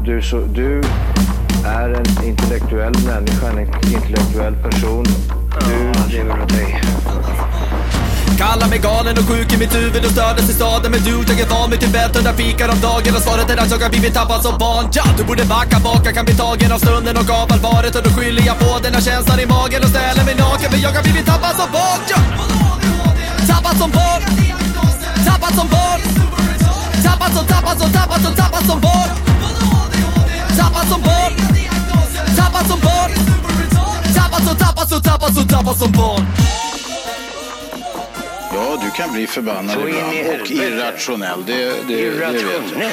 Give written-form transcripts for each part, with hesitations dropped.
Du är en intellektuell människa, en intellektuell person. Du lever åt dig. Kallar mig galen och sjuk i mitt huvud och stördes i staden. Men du, jag är van vid Tibet under fikar om dagen. Och svaret är att jag har blivit tappad som barn. Ja, du borde backa bak, jag kan bli tagen av stunden och av allvaret. Och då skyller jag på den här känslan i magen och ställer mig naken. För jag har blivit tappad som barn. Ja. Tappad som barn. Tappad som barn. Tappad som barn. Tappad som barn. Tappad som barn. Tappad som barn. Ja, du kan bli förbannad ibland och irrationell. Det vet jag.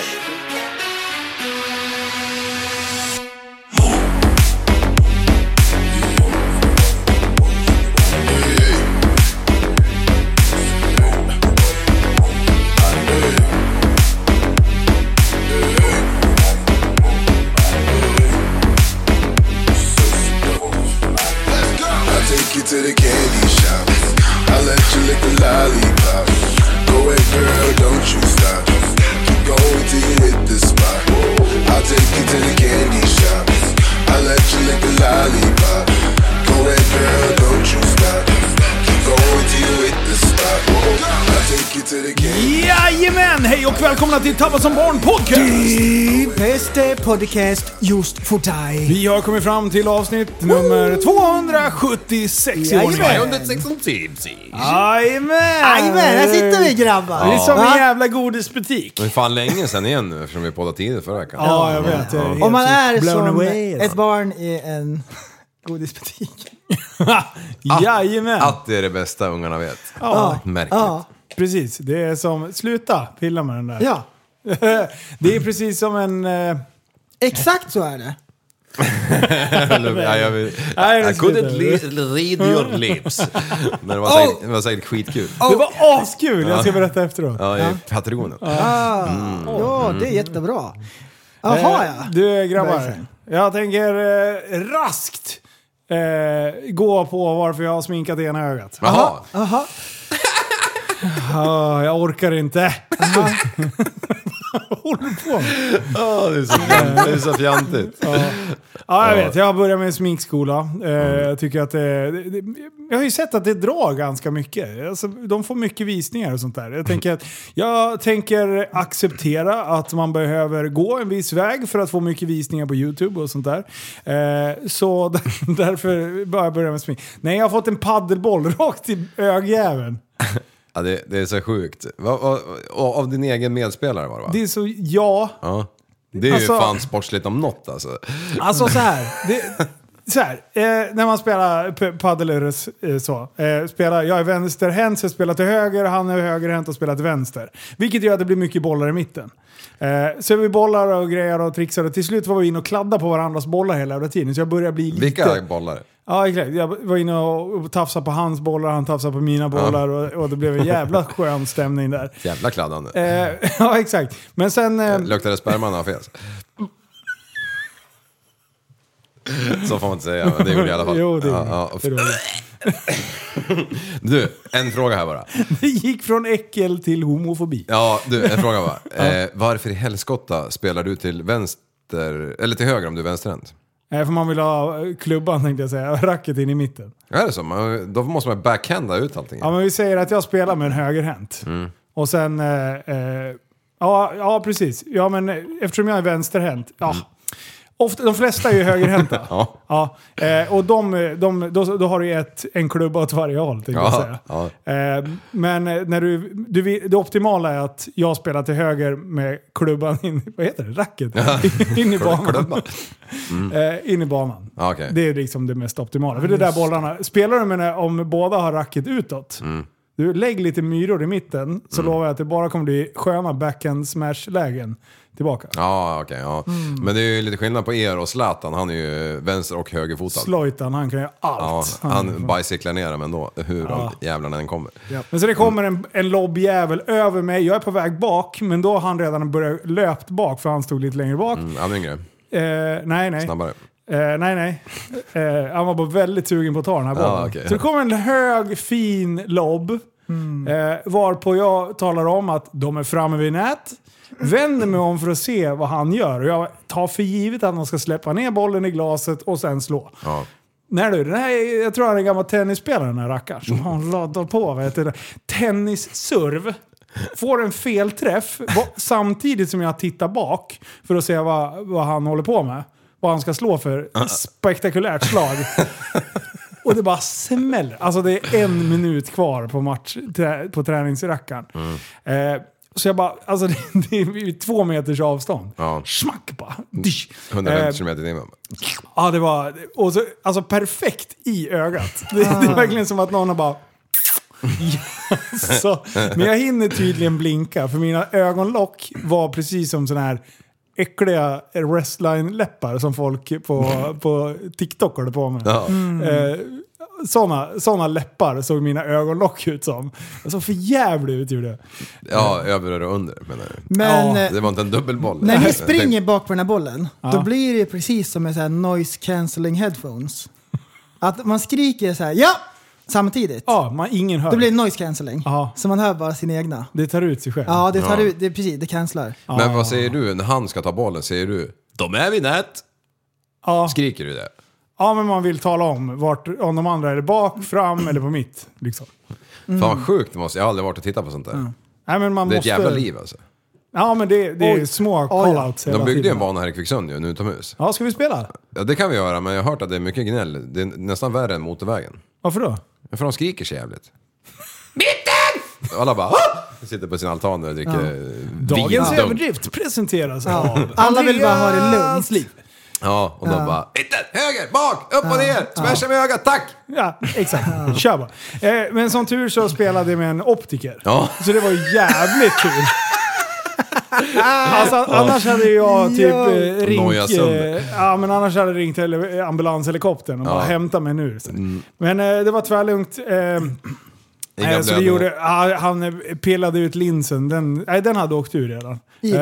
To the candy shop, I'll let you lick the lollipop. Go ahead girl, don't you stop. Keep going till you hit the spot. I'll take you to the candy shop, I'll let you lick the lollipop. Go ahead girl, don't you stop. Keep going till you hit the spot. I'll take you to the candy. Jajamän, hej och välkomna till Tappad som barn podcast. Det bästa podcast just för dig. Vi har kommit fram till avsnitt nummer 276 i år. Jajamän, här sitter vi grabbar. Det är som en jävla godisbutik. Det är fan länge sedan igen nu eftersom vi poddade tidigt förra veckan. Ja, jag vet. Om man är som away, ett barn i en godisbutik. Jajamän. Att det är det bästa ungarna vet. Ja. Märkligt. Ja. Precis, det är som, sluta pilla med den där. Ja. Det är precis som en... Exakt så är det. I couldn't read your lips. Men det var säkert skitkul. Det var askul, jag ska berätta efteråt. Ja, i patronen. Ja, det är jättebra. Jaha, ja. Du grabbar, jag tänker raskt gå på varför jag har sminkat ena ögat. Jaha. Jag orkar inte. Vad håller du på med? Det är så fjantigt. Ja, jag vet. Jag har börjat med en sminkskola. Jag tycker att jag har ju sett att det drar ganska mycket. Alltså, de får mycket visningar och sånt där. Jag tänker acceptera att man behöver gå en viss väg för att få mycket visningar på YouTube och sånt där. Så därför börjar jag börja med smink. Nej, jag har fått en paddelboll rakt i ögjäveln. Ja, det är så sjukt. Av din egen medspelare var det, va? Det är så, ja. Det är ju fan sportsligt om något alltså. Alltså så här. När man spelar paddel är det så. Jag är vänsterhänt, så jag spelar till höger. Han är högerhänt och spelar till vänster. Vilket gör att det blir mycket bollar i mitten. Så vi bollar och grejer och trixar. Och till slut var vi inne och kladdade på varandras bollar hela tiden. Så jag börjar bli lite... Vilka bollar? Ja, exakt. Jag var inne och tafsade på hans bollar, han tafsade på mina bollar och det blev en jävla skön stämning där. Jävla kladdande. Ja, exakt. Men sen... Luktade sperman av fes? Så får man inte säga, men det gjorde i alla fall. Jo, det Du, en fråga här bara. Det gick från äckel till homofobi. Ja, du, en fråga bara. Varför i helskotta spelar du till vänster, eller till höger om du är vänsterhänt? För man vill ha klubban, tänkte jag säga. Racket in i mitten. Är det så? Då måste man backhanda ut allting. Ja, men vi säger att jag spelar med en högerhänt. Och sen... ja, precis. Ja, men eftersom jag är vänsterhänt... Ja. Ofta, de flesta är ju högerhänta. Och då har du en klubba åt varje håll, tänkte jag säga. Men när det optimala är att jag spelar till höger med klubban in, vad heter det? Racket? In i banan. In i banan. Okay. Det är liksom det mest optimala. För det där bollarna, spelar du med om båda har racket utåt. Du lägger lite myror i mitten, så lovar jag att det bara kommer bli sköna backhand smash-lägen tillbaka. Ja, okej. Men det är ju lite skillnad på er och Zlatan. Han är ju vänster- och högerfotad. Slojtan, han kan ju allt. Ja, han bajcyklar ner dem ändå, hur jävlarna den kommer. Ja. Men så det kommer en lobbjävel över mig. Jag är på väg bak, men då har han redan börjat löpt bak, för han stod lite längre bak. Han är yngre. Nej. Snabbare. Nej. Han var bara väldigt sugen på att ta den här bollen. Okay. Så det kommer en hög, fin lobb. Varpå jag talar om att de är framme vid nät. Vänder mig om för att se vad han gör. Och jag tar för givet att han ska släppa ner bollen i glaset och sen slå. Ja. Nej du, jag tror han är en gammal tennisspelare, den här rackaren. Som han laddar på, vet du. Tennisserv. Får en felträff samtidigt som jag tittar bak för att se vad han håller på med. Vad han ska slå för spektakulärt slag. Och det bara smäller. Alltså det är 1 minut kvar på match på träningsrackaren. Så jag bara, alltså det är 2 meters avstånd. Ja. Smack bara. 150 km i timmen. Ja, det var och så, alltså perfekt i ögat. Det är verkligen som att någon har bara... så, men jag hinner tydligen blinka för mina ögonlock var precis som sån här äckliga wrestling-läppar som folk på TikTok håller på med. Ja. Såna läppar såg mina ögonlock ut som. Jag såg för jävligt ut gjorde det. Ja, över och under menar du. Men Det var inte en dubbelboll. när ni springer bak på den här bollen, då blir det precis som med så här noise cancelling headphones. Att man skriker så här, ja! Samtidigt. Ja, ingen hör. Det blir noise cancelling. Ja. Så man hör bara sina egna. Det tar ut sig själv. Ja, det tar ut, det är precis, det cancelar. Men vad säger du när han ska ta bollen? Säger du, de är vid nät? Ja. Skriker du det? Ja, men man vill tala om om de andra är bak, fram eller på mitt. Liksom. Fan vad sjukt det måste. Jag har aldrig varit och tittat på sånt där. Nej, men man Det är måste... ett jävla liv alltså. Ja, men det är små call-outs. De byggde ju en bana här i Kvicksund ju, nu utomhus. Ja, ska vi spela? Ja, det kan vi göra, men jag har hört att det är mycket gnäll. Det är nästan värre än motorvägen. Varför då? För de skriker så jävligt. Mitten! Alla bara, sitter på sin altan och dricker Dagens vindunk. överdrift presenteras av Alla vill bara ha det Andreas lugnt. liv. Ja, och de bara, mitten, höger, bak, upp och ner, smasha med ögat, tack! Ja, exakt. Kör bara. Men som tur så spelade jag med en optiker. Ja. Så det var jävligt kul. Alltså, annars hade jag typ Noja ringt... sönder. Ja, men annars hade jag ringt ambulanshelikoptern och bara hämta mig nu. Men det var tvärlugnt. Så vi gjorde, han pillade ut linsen. Den hade åkt ur redan.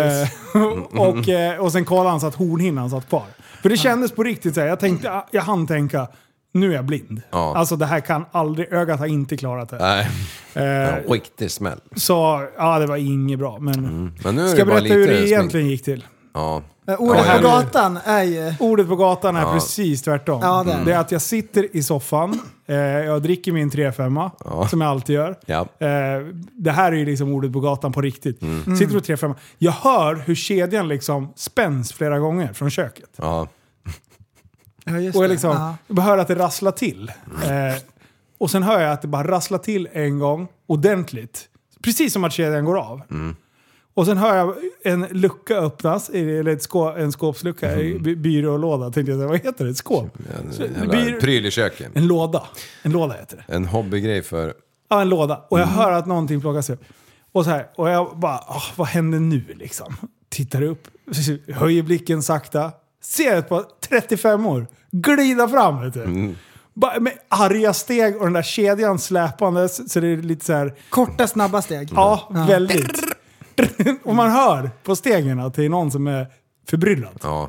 Och sen kollade han så att hornhinnan satt kvar. För det kändes på riktigt så här. Jag hann tänka, nu är jag blind. Ja. Alltså det här kan aldrig, ögat har inte klarat det. Nej, en riktig smäll. Så ja, det var inget bra. Men, Men nu är ska det jag bara berätta hur det lite egentligen gick till? Ja. Ordet Ja, på gatan är ju... Ordet på gatan är precis tvärtom. Ja, det är. Det är att jag sitter i soffan, jag dricker min 3-5 som jag alltid gör. Ja. Det här är ju liksom ordet på gatan på riktigt. Sitter och 3-5. Jag hör hur kedjan liksom spänns flera gånger från köket. Ja. Ja, just Och jag, det. liksom, Ja. jag hör att det rasslar till. Och sen hör jag att det bara rasslar till en gång ordentligt. Precis som att kedjan går av. Och sen hör jag en lucka öppnas, eller en skåpslucka i byrålåda. Tänkte jag, vad heter det? Ett skåp? En pryl i köket. En låda. En låda heter det. En hobbygrej för... Ja, en låda. Och jag hör att någonting plockas upp. Och så här, och jag bara, vad händer nu liksom? Tittar upp, höjer blicken sakta. Ser ett par 35 år glida fram, vet du. Bara med arga steg och den där kedjan släpandes. Så det är lite så här... Korta, snabba steg. Ja, väldigt. Och man hör på stegen att det är någon som är förbryllad. Ja.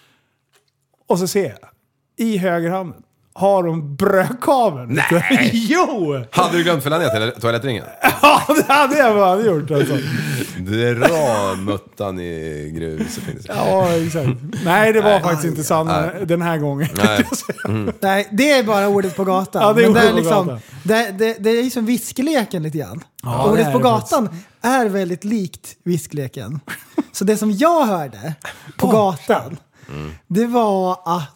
Och så ser jag, i högerhanden har de brödkaveln. Nej! Jo! Hade du glömt fälla ner toalettringen? Ja, det hade jag bara gjort alltså. Dra muttan i gruset. Ja, exakt. Nej, det var faktiskt inte sant den här gången. Nej. Nej, det är bara ordet på gatan. Ja, det är men ordet på liksom, gatan. det är ju som viskleken lite grann. Ja, det ordet är på det gatan är väldigt likt viskleken. Så det som jag hörde på gatan, det var att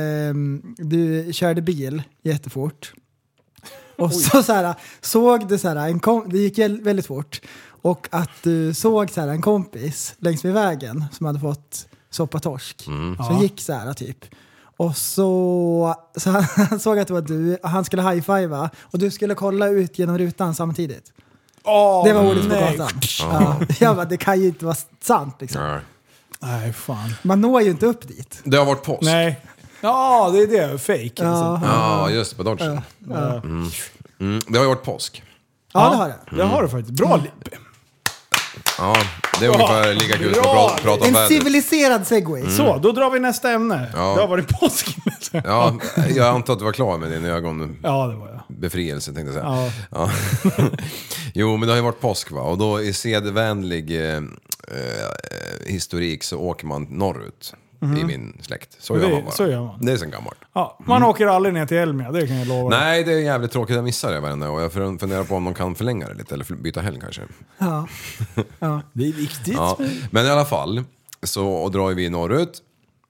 du körde bil jättefort. Och så här, såg du så här, det gick väldigt fort. Och att du såg så här, en kompis längs med vägen som hade fått soppatorsk. Så gick så här typ. Och så han såg att det var du. Han skulle high-fivea. Och du skulle kolla ut genom rutan samtidigt. Det var ordet på gatan. Ja. Jag bara, det kan ju inte vara sant liksom. Nej, fan. Man når ju inte upp dit. Det har varit påsk. Nej. Ja, det är det. Fake. Alltså. Ja, just på Dodgen. Det har ju varit påsk. Ja, det har det. Det har du faktiskt. Bra Lippe. Ja, det är ungefär lika kul som att prata om En vädret. civiliserad segway. Så, då drar vi nästa ämne. Ja. Det har varit påsk. Ja, jag antar att du var klar med dina ögon. Ja, det var jag. befrielse tänkte jag säga. Ja. Jo, men det har ju varit påsk va? Och då i sedvänlig historik så åker man norrut i min släkt. Så gör man bara. Så gör man. Det är sen gammalt. Ja, man åker aldrig ner till Elmia, det kan jag lova. Nej, det är jävligt tråkigt att missa det varenda och jag funderar på om de kan förlänga det lite eller byta helg kanske. Ja. Det är viktigt. Ja. Men i alla fall så drar vi norrut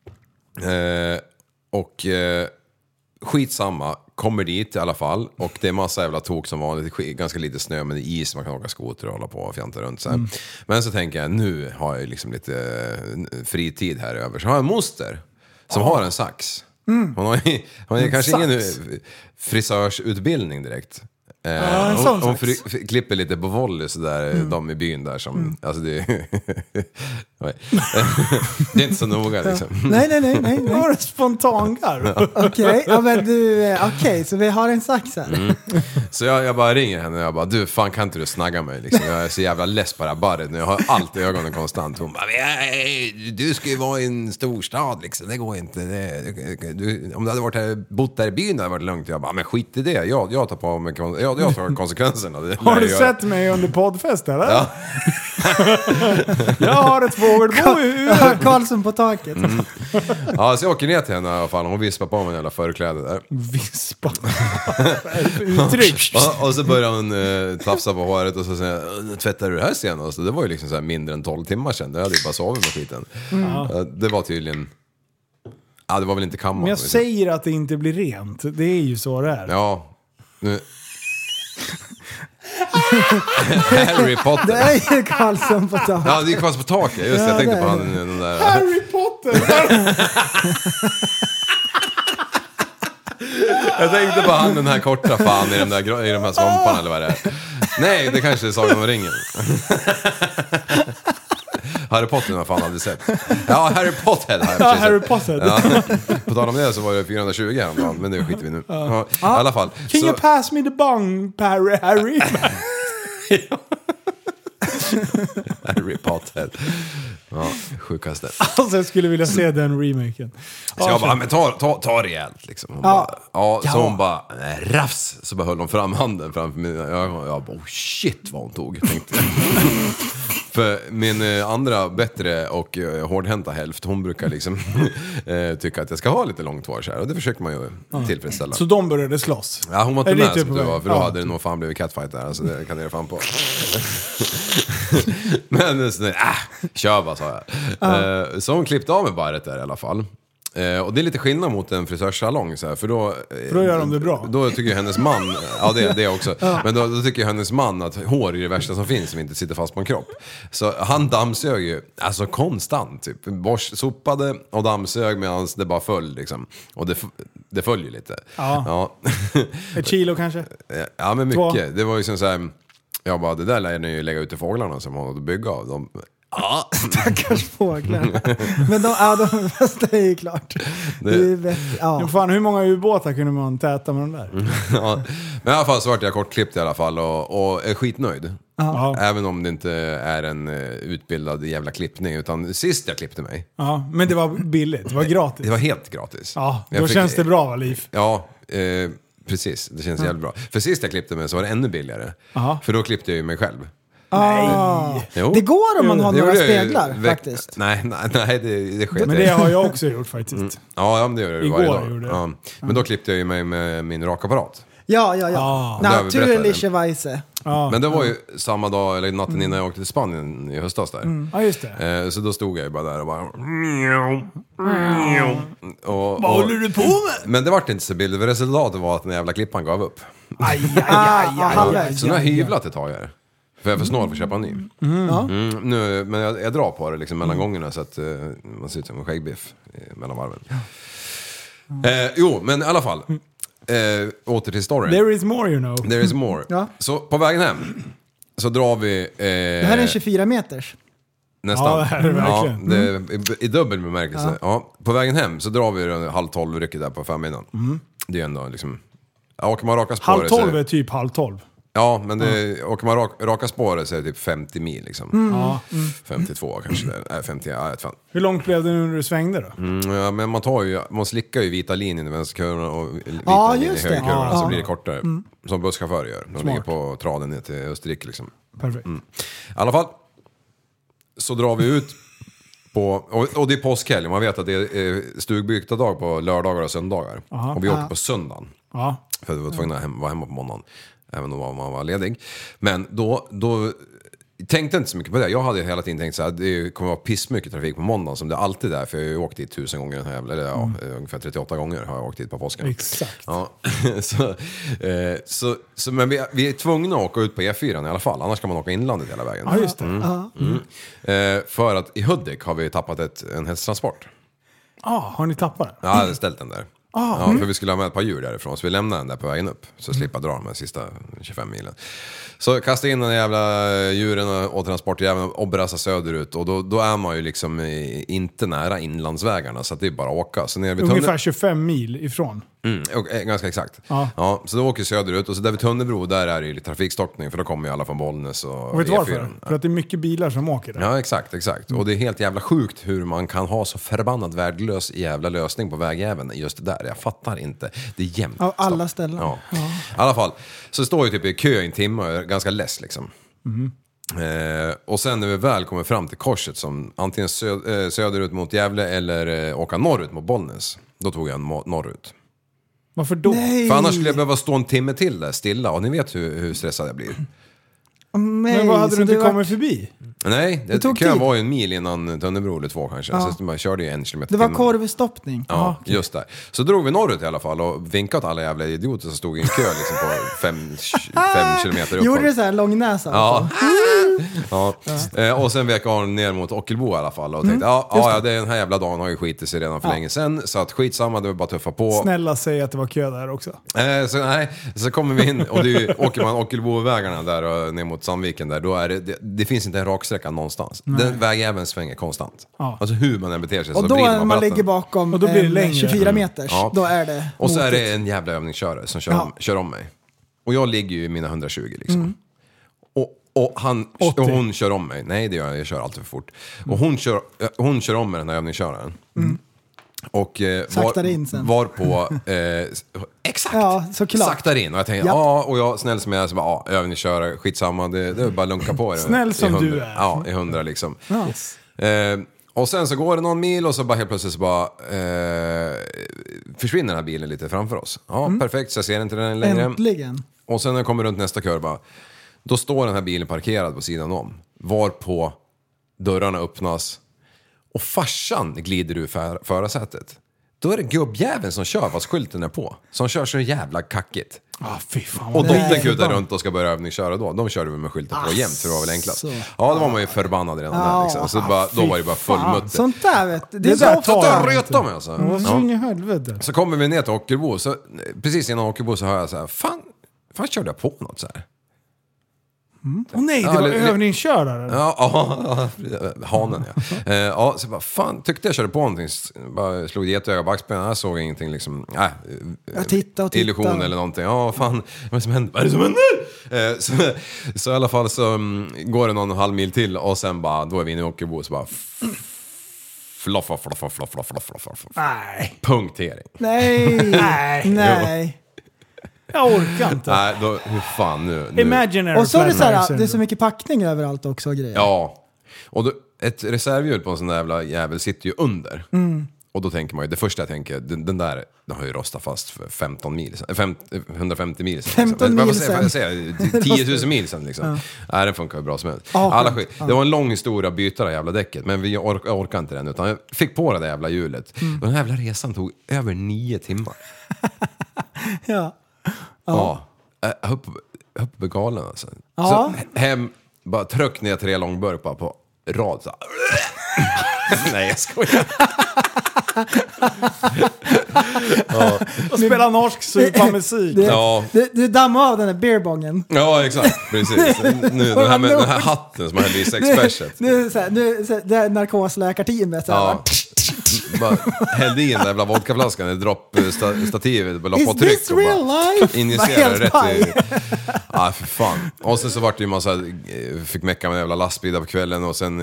och skitsamma, kommer dit i alla fall och det är massa jävla tok som vanligt, ganska lite snö men det är is, man kan åka skoter och hålla på och fjanta runt så. Men så tänker jag, nu har jag liksom lite fritid här över, så har jag en moster som har en sax. Hon har kanske ingen frisörsutbildning direkt. Hon klipper lite på volley så där de i byn där som alltså det det är inte så noga liksom. Nej. Det var en spontangarv. Okej, ja, men okej, så vi har en sax här. Så jag bara ringer henne och jag bara, du fan kan inte du snagga mig liksom? Jag är så jävla less på det här barret nu, jag har allt i ögonen konstant. Hon bara, du ska ju vara i en storstad liksom, det går inte om du hade varit här, bott där i byn hade det varit lugnt. Jag bara, men skit i det, jag tar på mig jag tar konsekvenserna. Har du sett mig under poddfest eller? Ja. Jag har ett fågelbo i Karlsson på taket. Ja, så jag åker ner till henne i alla fall. Hon vispar på mig en jävla förkläde där. Vispa. Uttryck. Och så börjar hon tafsa på håret och så säger tvättar du det här senast? Och det var ju liksom så här mindre än 12 timmar sedan. Jag hade ju bara sovit med skiten. Det var tydligen... Ja, det var väl inte kammaren. Men jag säger att det inte blir rent. Det är ju så det är. Ja. Nu... Harry Potter. Det är ju Karlsson på taket. Ja, det är Karlsson på taket. Just det, jag tänkte på han den där... Harry Potter! Jag tänkte på han den här korta fan i de här svamparna eller vad det är. Nej, det kanske är Sagan om ringen. Harry Potter har fan aldrig sett. Ja, Harry Potter har jag Harry Potter. Ja. På tal om det så var det 420 häromdagen, men nu skiter vi nu. Ja, i alla fall. Can you pass me the bong, Harry? Harry Potter. Ja, sjukaste. Alltså jag skulle vilja se den remaken. Så jag bara, men ta rejält liksom. Hon bara, så hon bara, rafs. Så bara höll hon fram handen framför mig. Jag bara, oh shit vad hon tog, tänkte jag. För min andra bättre och hårdhänta hälft, hon brukar liksom tycka att jag ska ha lite långt hår så här. Och det försöker man ju tillfredsställa. Så de började slåss? Ja, hon var inte med som du var, för då hade det nog fan blivit catfight där. Alltså det kan jag fan på. Men så kör bara, sa jag. Så hon klippte av med barret där i alla fall. Och det är lite skillnad mot en frisörsalong så här, för då gör de det bra. Då tycker hennes man, ja det också. Men då tycker hennes man att hår är det värsta som finns, som inte sitter fast på en kropp. Så han dammsög ju alltså konstant typ. Sopade och dammsög medan det bara föll liksom. Och det följer lite. Ja. Ett kilo kanske? Ja, men mycket. 2. Det var ju som så här, jag bara, det där lär ni ju lägga ut till fåglarna som har att bygga av dem. Ja, stackars fåglar. Men de bästa är ju klart. Det är bättre, fan, hur många ubåtar kunde man täta med de där? Ja. Men i alla fall så vart jag kortklippt i alla fall och är skitnöjd. Även om det inte är en utbildad jävla klippning, utan sist jag klippte mig. Ja, men det var billigt, det var gratis. Det var helt gratis. Ja, då känns det bra, Liv. Ja, precis. Det känns jävligt bra. För sist jag klippte mig så var det ännu billigare. För då klippte jag ju mig själv. Nej. Det går om man har några speglar faktiskt. Nej, det sker. Men det har jag också gjort faktiskt. Ja, men det gör det igår varje dag. Gjorde det. Ja. Men då klippte jag ju mig med min rakapparat. Ja. Naturlicherweise. Men det var ju samma dag, eller natten innan jag åkte till Spanien i höstas där. Ja, just det. Så då stod jag ju bara där och bara... Vad håller du på med? Men det var inte så billigt, för resultatet var att den jävla klippan gav upp. Aj. Så nu har jag hyvlat ett tag här. För jag är för snål för att köpa en ny. Nu, men jag drar på det liksom mellan gångerna så att man ser ut som en skäggbiff mellan varven. Jo, men i alla fall. Åter till storyn. There is more, you know. There is more. Så på vägen hem så drar vi... det här är en 24 meters. Nästan. Ja, det här är verkligen. Det är i dubbel bemärkelse. Ja, på vägen hem så drar vi 11:30 rycket där på förmiddagen. Det är ändå liksom... Åker man raka spåret... 11:30 är typ 11:30. Ja, men åker man raka spåret så är det typ 50 mil liksom. 52 kanske. 50, ja, jag vet fan. Hur långt blev det nu när du svängde då? Ja, men man slickar ju vita linjen i vänsterkurvan och vita linjen i högerkurvan, så blir det kortare. Som busschaufförer gör. De ligger på traden ner till Österrike liksom. Perfekt. I alla fall så drar vi ut på, och det är påskhelg. Man vet att det är stugbygta dag på lördagar och söndagar. Och vi åker på söndagen. För vi var tvungna att vara hemma på måndagen. Även om man var ledig. Men då tänkte inte så mycket på det. Jag hade hela tiden tänkt så här, det kommer vara pissmycket trafik på måndagen som det alltid är. För jag har ju åkt dit 1000 gånger den här jävla, eller ungefär 38 gånger har jag åkt dit på påsken. Exakt. Ja. så men vi är tvungna att åka ut på E4 i alla fall. Annars kan man åka inlandet hela vägen. Ja, just det. För att i Hudik har vi tappat en hästtransport. Har ni tappat den? Ja, jag hade ställt den där. För vi skulle ha med ett par djur därifrån. Så vi lämnade den där på vägen upp. Så slippa dra de sista 25 milen. Så kasta in den jävla djuren och transportjäveln och brassa söderut. Och då är man ju liksom inte nära inlandsvägarna. Så att det är bara att åka. Så ner vid ungefär 25 mil ifrån. Ganska exakt. Ja, så då åker söderut. Och så där vid Tunnebro, där är det ju lite trafikstockning. För då kommer ju alla från Bollnäs och vet du varför? För att det är mycket bilar som åker där. Ja, exakt. Och det är helt jävla sjukt hur man kan ha så förbannat värdelös jävla lösning på vägjäveln just det där. Jag fattar inte. Det är jämnt. Av alla ställen. Ja. I alla fall. Så står ju typ i kö i en timme och är ganska less liksom. Och sen när vi väl kommer fram till korset som antingen söderut mot Gävle eller åka norrut mot Bollnäs. Då tog jag norrut. Varför då? Nej. För annars skulle jag behöva stå en timme till där stilla. Och ni vet hur stressad jag blir. Men vad hade du inte kommit förbi? Nej, kön var ju en mil innan Tunnebro eller 2 kanske. Så man körde ju 1 kilometer. Det var korvstoppning. Ja, just där. Så drog vi norrut i alla fall och vinkade åt alla jävla idioter som stod i en kö liksom på 5 kilometer uppåt. Gjorde det så här långnäsa? Ja. Och sen vek han ner mot Ockelbo i alla fall och tänkte, det den här jävla dagen har ju skitit sig redan för länge sedan. Så att skitsamma, det var bara tuffa på. Snälla säg att det var kö där också. Så kommer vi in och åker man Ockelbo-vägarna där och ner mot Sandviken där, då är det finns inte en raksträcka någonstans. Den vägjäveln svänger konstant. Alltså hur man än beter sig och så då vrider man ratten. ligger bakom och då blir det längre. 24 meters. Då är det och så är det en jävla övningskörare som kör om mig. Och jag ligger ju i mina 120 liksom. Och hon kör om mig. Nej, det gör jag kör alltid för fort. Och hon kör om mig, den här övningsköraren. Och saktar in sen. Var på exakt. Ja, såklart. Saktar in och jag tänkte och jag snäll som jag är så bara övningskörare, skitsamma, det är bara lunka på det. Snäll som du är. Ja, i 100 liksom. Yes. Och sen så går det någon mil och så bara helt plötsligt så bara försvinner den här bilen lite framför oss. Ja, perfekt, så jag ser inte den längre. Äntligen. Och sen när jag kommer runt nästa kurva, då står den här bilen parkerad på sidan om. Varpå dörrarna öppnas och farsan glider ur förarsätet. Då är det gubbjäveln som kör vad skylten är på. Som kör så jävla kackigt. Fy fan, och dottern kutar runt och ska börja övningsköra då. De körde med skylten på jämt för det var väl enklast. Ja, då var man ju förbannad redan där liksom. Så då var det bara fullmutter. Sånt där vet du. Det där tar röta med alltså. Helvete. Så kommer vi ner till Ockelbo. Så precis innan Ockelbo så hör jag så här, fan körde jag på något så här. Nej, det var övningsköraren. Hanen ja. Så bara, fan, tyckte jag körde på någonting. Bara slog getöga backspänn. Jag såg ingenting liksom. Jag tittade. Illusion eller någonting. Vad är det som händer? Så i alla fall så går det någon halv mil till. Och sen bara, då är vi inne i Ockelbo. Så bara floffa. Nej. Punktering. Nej. Jag orkar inte. Nej, hur fan nu. Imaginary. Och så är det så här, det är så mycket packning överallt också och grejer. Ja. Och då, ett reservhjul på en sån där jävel sitter ju under. Och då tänker man ju, det första jag tänker, den har ju rostat fast för 15 mil sen, 150 mil sen. 15 mil sen. Jag säger 10 000 mil sen liksom. Nej, den funkar ju bra som helst. Alla skit. Det var en lång historia att byta det jävla däcket, men vi orkar inte den, utan jag fick på det där jävla hjulet. Och den jävla resan tog över 9 timmar. Ja. Jag höll på galen alltså. Så hem, bara tryck ner 3 långburk bara på rad så. Nej, jag skojar. Och spela norsk supa musik. Du dammar av den här beerbongen. Ja, exakt. Precis. Nu, den här hatten som man hade i sexperset. Nu det är narkosläkarteamet. Bara hällde in den jävla vodkaflaskan i droppstativet. La på tryck this real life? injicerade rätt i... Ja, för fan. Och sen så vart det ju massa... Fick mecka med en jävla lastbil på kvällen och sen...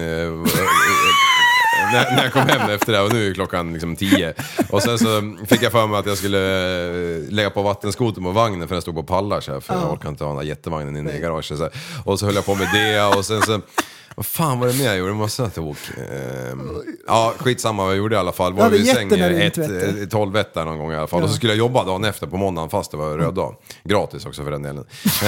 när jag kom hem efter det, och nu är klockan liksom 10. Och sen så fick jag för mig att jag skulle lägga på vattenskoten på vagnen, för den stod på pallar så här, för jag orkar inte ha den där jättevagnen inne i garaget så här. Och så höll jag på med det, och sen så... Vad fan var det mer jag gjorde? Massa tog. Ja, skitsamma vad jag gjorde i alla fall. Var vi i säng 12-1 där någon gång i alla fall. Och så skulle jag jobba dagen efter på måndagen, fast det var röd dag. Gratis också för den delen.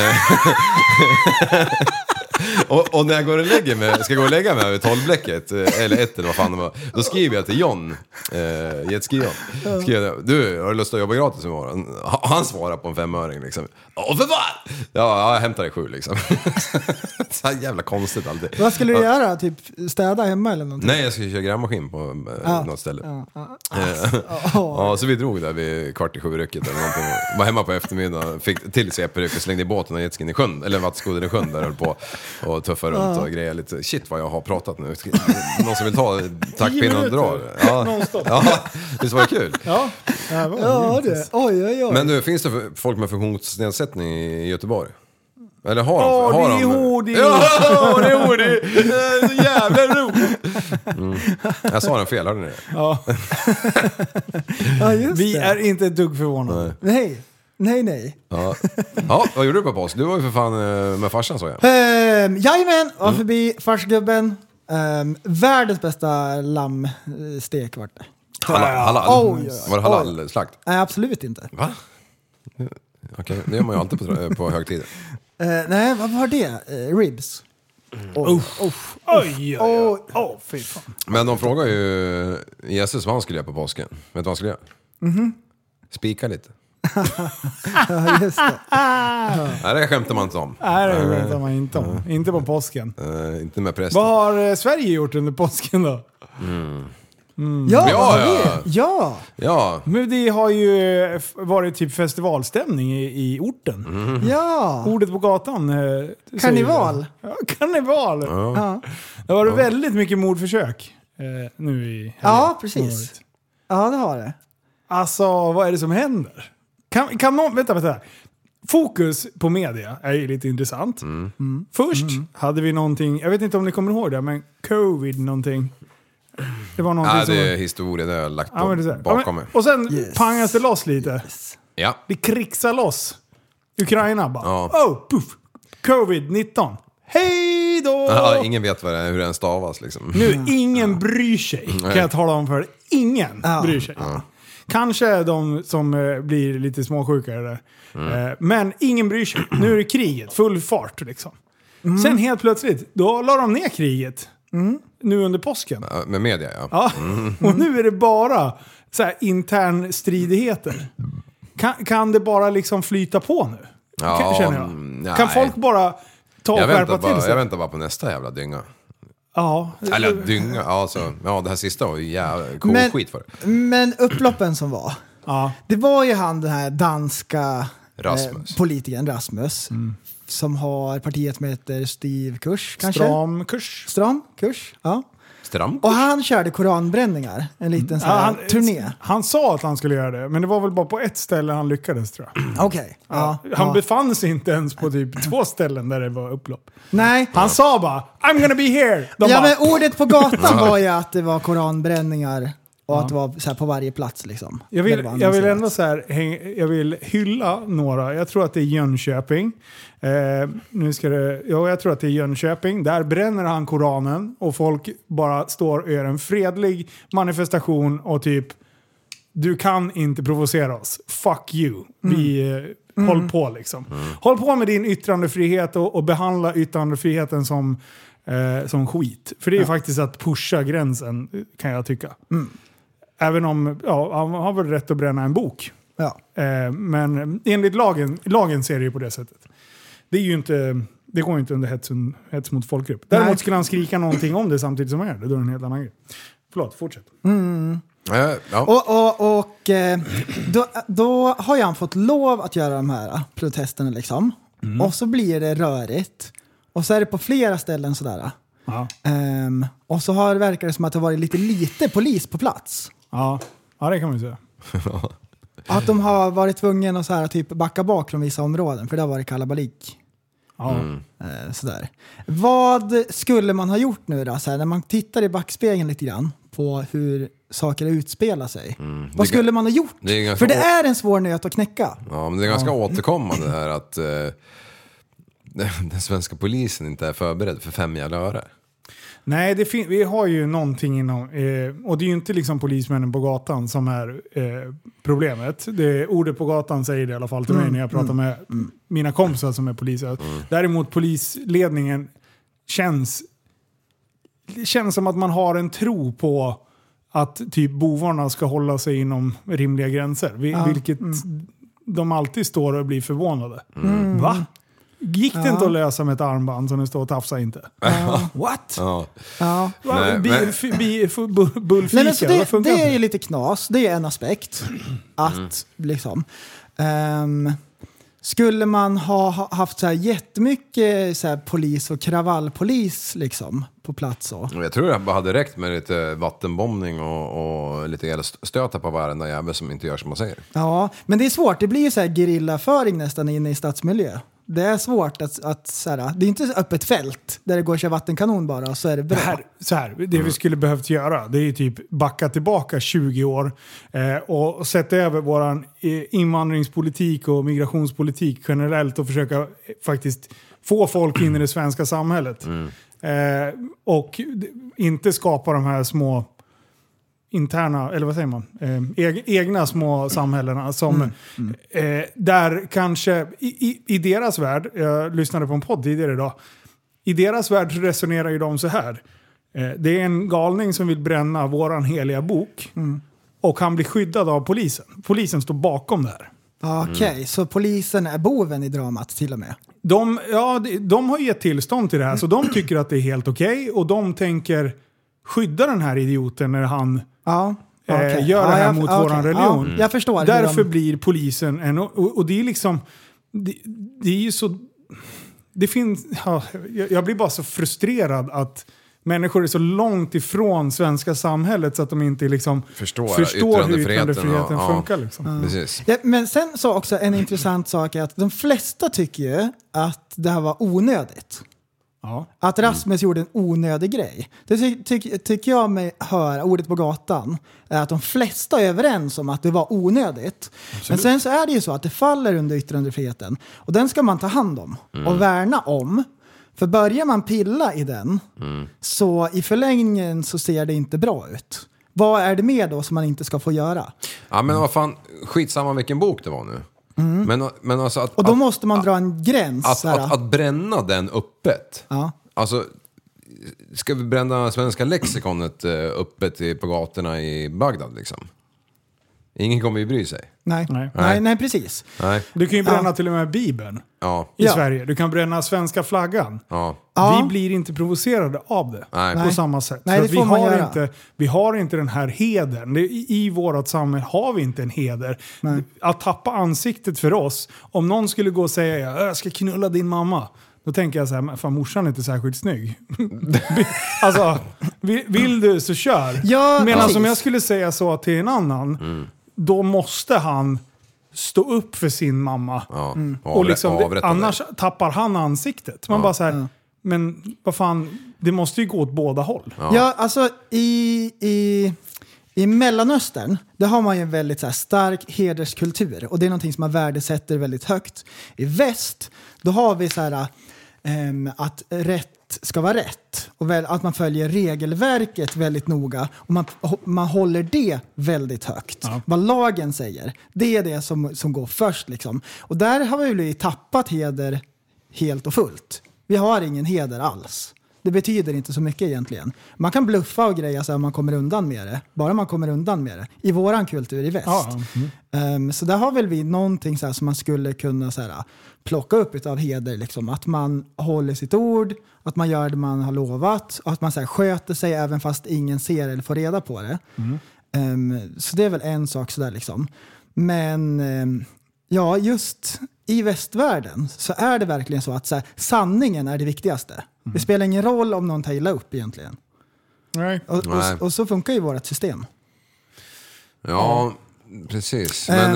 Och när jag går och lägger mig, ska gå och lägga mig över 12-bläcket eller 1 eller vad fan det var, då skriver jag till John, Jetski-John, skriver jag, du, har du lust att jobba gratis imorgon? Han svarar på en 5-öring liksom. Åh, för fan! Ja, jag hämtar dig 7 liksom. Så här jävla konstigt alltid. Vad skulle du göra? Typ städa hemma eller någonting? Nej, jag skulle köra grävmaskin på något ställe. Ja, så vi drog där vid 6:45 eller någonting. Var hemma på eftermiddagen, fick till sig CP-ryck och slängde i båten och jetskin i sjön, eller vattenskoden i sjön där höll på och tuffa runt och grejer lite. Shit vad jag har pratat nu. Någon som vill ta taktpinnen och dra. Ja, visst var det kul? Ja, det. Oj. Men nu, finns det folk med funktionsnedsättning i Göteborg? Eller har det är de? Hodi! Ja, det är Hodi! Det är så jävla roligt! Jag sa den fel, hörde ni det? Ja. Ja, just Vi det. är inte ett dugg förvånade. Nej. Ja, vad gjorde du på påsk? Du var ju för fan med farsan, så jag. Jajamän, var förbi farsgubben. Världens bästa lammstek vart det. Halal? Oj. Var det halal-slakt? Nej, absolut inte. Va? Okej, det gör man ju alltid på högtider. Nej, vad var det? Ribs. Oj, fy fan. Men de frågar ju Jesus vad han skulle göra på påsken. Vet du vad han skulle göra? Spika lite. Ja, just det. Nej, det skämtar man inte om. Nej, det skämtar man inte om. Inte på påsken. Inte med prästen. Vad har Sverige gjort under påsken då? Ja. Men det har ju varit typ festivalstämning i orten. Ja. Ordet på gatan. Karneval. Ja, karneval. Ja. Det var väldigt mycket mordförsök nu i helgen. Ja, precis. Ja, det har det. Alltså, vad är det som händer? Kan någon... Vänta. Fokus på media är ju lite intressant. Först hade vi någonting... Jag vet inte om ni kommer ihåg det, men covid någonting. Det var någonting som... det är historia, det har jag lagt bakom mig. Och sen pangas det loss lite. Ja. Det krigsar loss. Ukraina bara. Ja. Puff. Covid-19. Hej då! Ja, ingen vet hur den stavas liksom. Nu, ingen bryr sig. Kan jag tala om för. Ingen bryr sig. Kanske de som blir lite småsjuka där. Men ingen bryr sig. Nu är det kriget, full fart liksom. Sen helt plötsligt, då la de ner kriget. Nu under påsken. Med media, ja. Och nu är det bara så här intern stridigheter. Kan det bara liksom flyta på nu? Känner jag. Nej. Kan folk bara ta och skärpa till sig? Jag väntar bara på nästa jävla dynga. Ja. Eller dynga, alltså. Ja, det här sista var ju jävla cool skit för det. Men upploppen som var. Ja. Det var ju han, den här danska politikern Rasmus. Som har partiet som heter Steve Kurs, kanske? Stram kurs, ja. Och han körde koranbränningar, en liten sån här turné. Han sa att han skulle göra det, men det var väl bara på ett ställe han lyckades, tror jag. Okej. Han befann sig inte ens på typ 2 ställen där det var upplopp. Nej. Han sa bara, I'm gonna be here! Men ordet på gatan var ju att det var koranbränningar. Och att det var så här på varje plats liksom. Jag vill ändå så här, jag vill hylla några. Jag tror att det är Jönköping. Jag tror att det är Jönköping. Där bränner han Koranen och folk bara står och gör en fredlig manifestation och typ, du kan inte provocera oss. Fuck you. Vi håll på liksom. Håll på med din yttrandefrihet och behandla yttrandefriheten som skit. För det är faktiskt att pusha gränsen, kan jag tycka. Även om han har väl rätt att bränna en bok. Ja. Men enligt lagen ser det ju på det sättet. Det är ju inte, det går ju inte under hets mot folkgrupp. Däremot skulle han skrika någonting om det samtidigt som han gör det. Då är det en helt annan grej. Förlåt, fortsätt. Då har han fått lov att göra de här protesterna liksom. Och så blir det rörigt. Och så är det på flera ställen sådär. Ja. Och så verkar det som att det har varit lite polis på plats. Ja, det kan man ju säga. Att de har varit tvungna att så här, typ backa bak från vissa områden, för det har varit kalabalik. Ja. Sådär. Vad skulle man ha gjort nu då? Så här, när man tittar i backspegeln lite grann på hur saker utspelar sig. Vad skulle man ha gjort? För det är en svår nöt att knäcka. Ja, men det är ganska återkommande här att den svenska polisen inte är förberedd för 5 jävla öre. Nej, vi har ju någonting inom... och det är ju inte liksom polismännen på gatan som är problemet. Ordet på gatan säger det i alla fall till mig när jag pratar med mina kompisar som är poliser. Däremot polisledningen känns som att man har en tro på att typ bovarna ska hålla sig inom rimliga gränser. Vilket de alltid står och blir förvånade. Va? Gick det inte att lösa med ett armband som det står och tafsar inte? What? Bullfika? Nej, det är ju lite knas. Det är en aspekt. Att liksom... skulle man ha haft så här jättemycket så här polis och kravallpolis liksom på plats så? Jag tror det hade räckt med lite vattenbombning och lite stöta på varenda jävel som inte gör som man säger. Ja, men det är svårt. Det blir ju så här gerillaföring nästan inne i stadsmiljö. Det är svårt att så här, det är inte öppet fält där det går att köra vattenkanon bara, så är det bra. Det vi skulle behövt göra, det är ju typ backa tillbaka 20 år och sätta över våran invandringspolitik och migrationspolitik generellt och försöka faktiskt få folk in i det svenska samhället. Och inte skapa de här små interna, eller vad säger man? Egna små samhällena som där kanske i deras värld, jag lyssnade på en podd tidigare idag, i deras värld resonerar ju de så här. Det är en galning som vill bränna våran heliga bok och han blir skyddad av polisen. Polisen står bakom det här. Okej, så polisen är boven i dramat till och med? De har gett tillstånd till det här, så de tycker att det är helt okej och de tänker skydda den här idioten när han gör det här mot våran religion. Jag förstår. Därför blir polisen och det är liksom det är ju så det finns jag blir bara så frustrerad att människor är så långt ifrån svenska samhället så att de inte liksom förstår hur yttrandefriheten funkar. Liksom. Precis. Ja, men sen så också en intressant sak är att de flesta tycker ju att det här var onödigt. Ja. Att Rasmus gjorde en onödig grej. Det tycker jag mig höra, ordet på gatan, är att de flesta är överens om att det var onödigt. Absolut. Men sen så är det ju så att det faller under yttrandefriheten. Och den ska man ta hand om och värna om. För börjar man pilla i den så i förlängningen så ser det inte bra ut. Vad är det med då som man inte ska få göra? Ja, men vad fan, skitsamma vilken bok det var nu. Men alltså och då måste man dra en gräns. Att bränna den öppet. Ja. Alltså, ska vi bränna svenska lexikonet öppet på gatorna i Bagdad liksom? Ingen kommer ju bry sig. Nej, precis. Nej. Du kan ju bränna till och med Bibeln i Sverige. Du kan bränna svenska flaggan. Vi blir inte provocerade av det på samma sätt. Nej, så att vi har inte den här hedern. I vårt samhälle har vi inte en heder. Nej. Att tappa ansiktet för oss. Om någon skulle gå och säga jag ska knulla din mamma. Då tänker jag så här, fan morsan är inte särskilt snygg. Alltså, vill du så kör. Ja, medan om jag skulle säga så till en annan, då måste han stå upp för sin mamma. Och liksom, annars tappar han ansiktet. Man bara så här, men vad fan, det måste ju gå åt båda håll. Ja, alltså i Mellanöstern, där har man ju en väldigt så här stark hederskultur. Och det är någonting som man värdesätter väldigt högt. I väst, då har vi så här att rätt ska vara rätt. Och att man följer regelverket väldigt noga. Och man håller det väldigt högt. Ja. Vad lagen säger. Det är det som går först. Liksom. Och där har vi ju tappat heder helt och fullt. Vi har ingen heder alls. Det betyder inte så mycket egentligen. Man kan bluffa och greja så att man kommer undan med det. Bara man kommer undan med det. I våran kultur i väst. Ja. Så där har väl vi någonting så här som man skulle kunna så här, plocka upp utav heder. Liksom. Att man håller sitt ord. Att man gör det man har lovat. Och att man så här, sköter sig även fast ingen ser eller får reda på det. Så det är väl en sak sådär liksom. Men just i västvärlden så är det verkligen så att så här, sanningen är det viktigaste. Det spelar ingen roll om någon tar illa upp egentligen. Nej. Och så funkar ju vårt system. Ja, precis. Men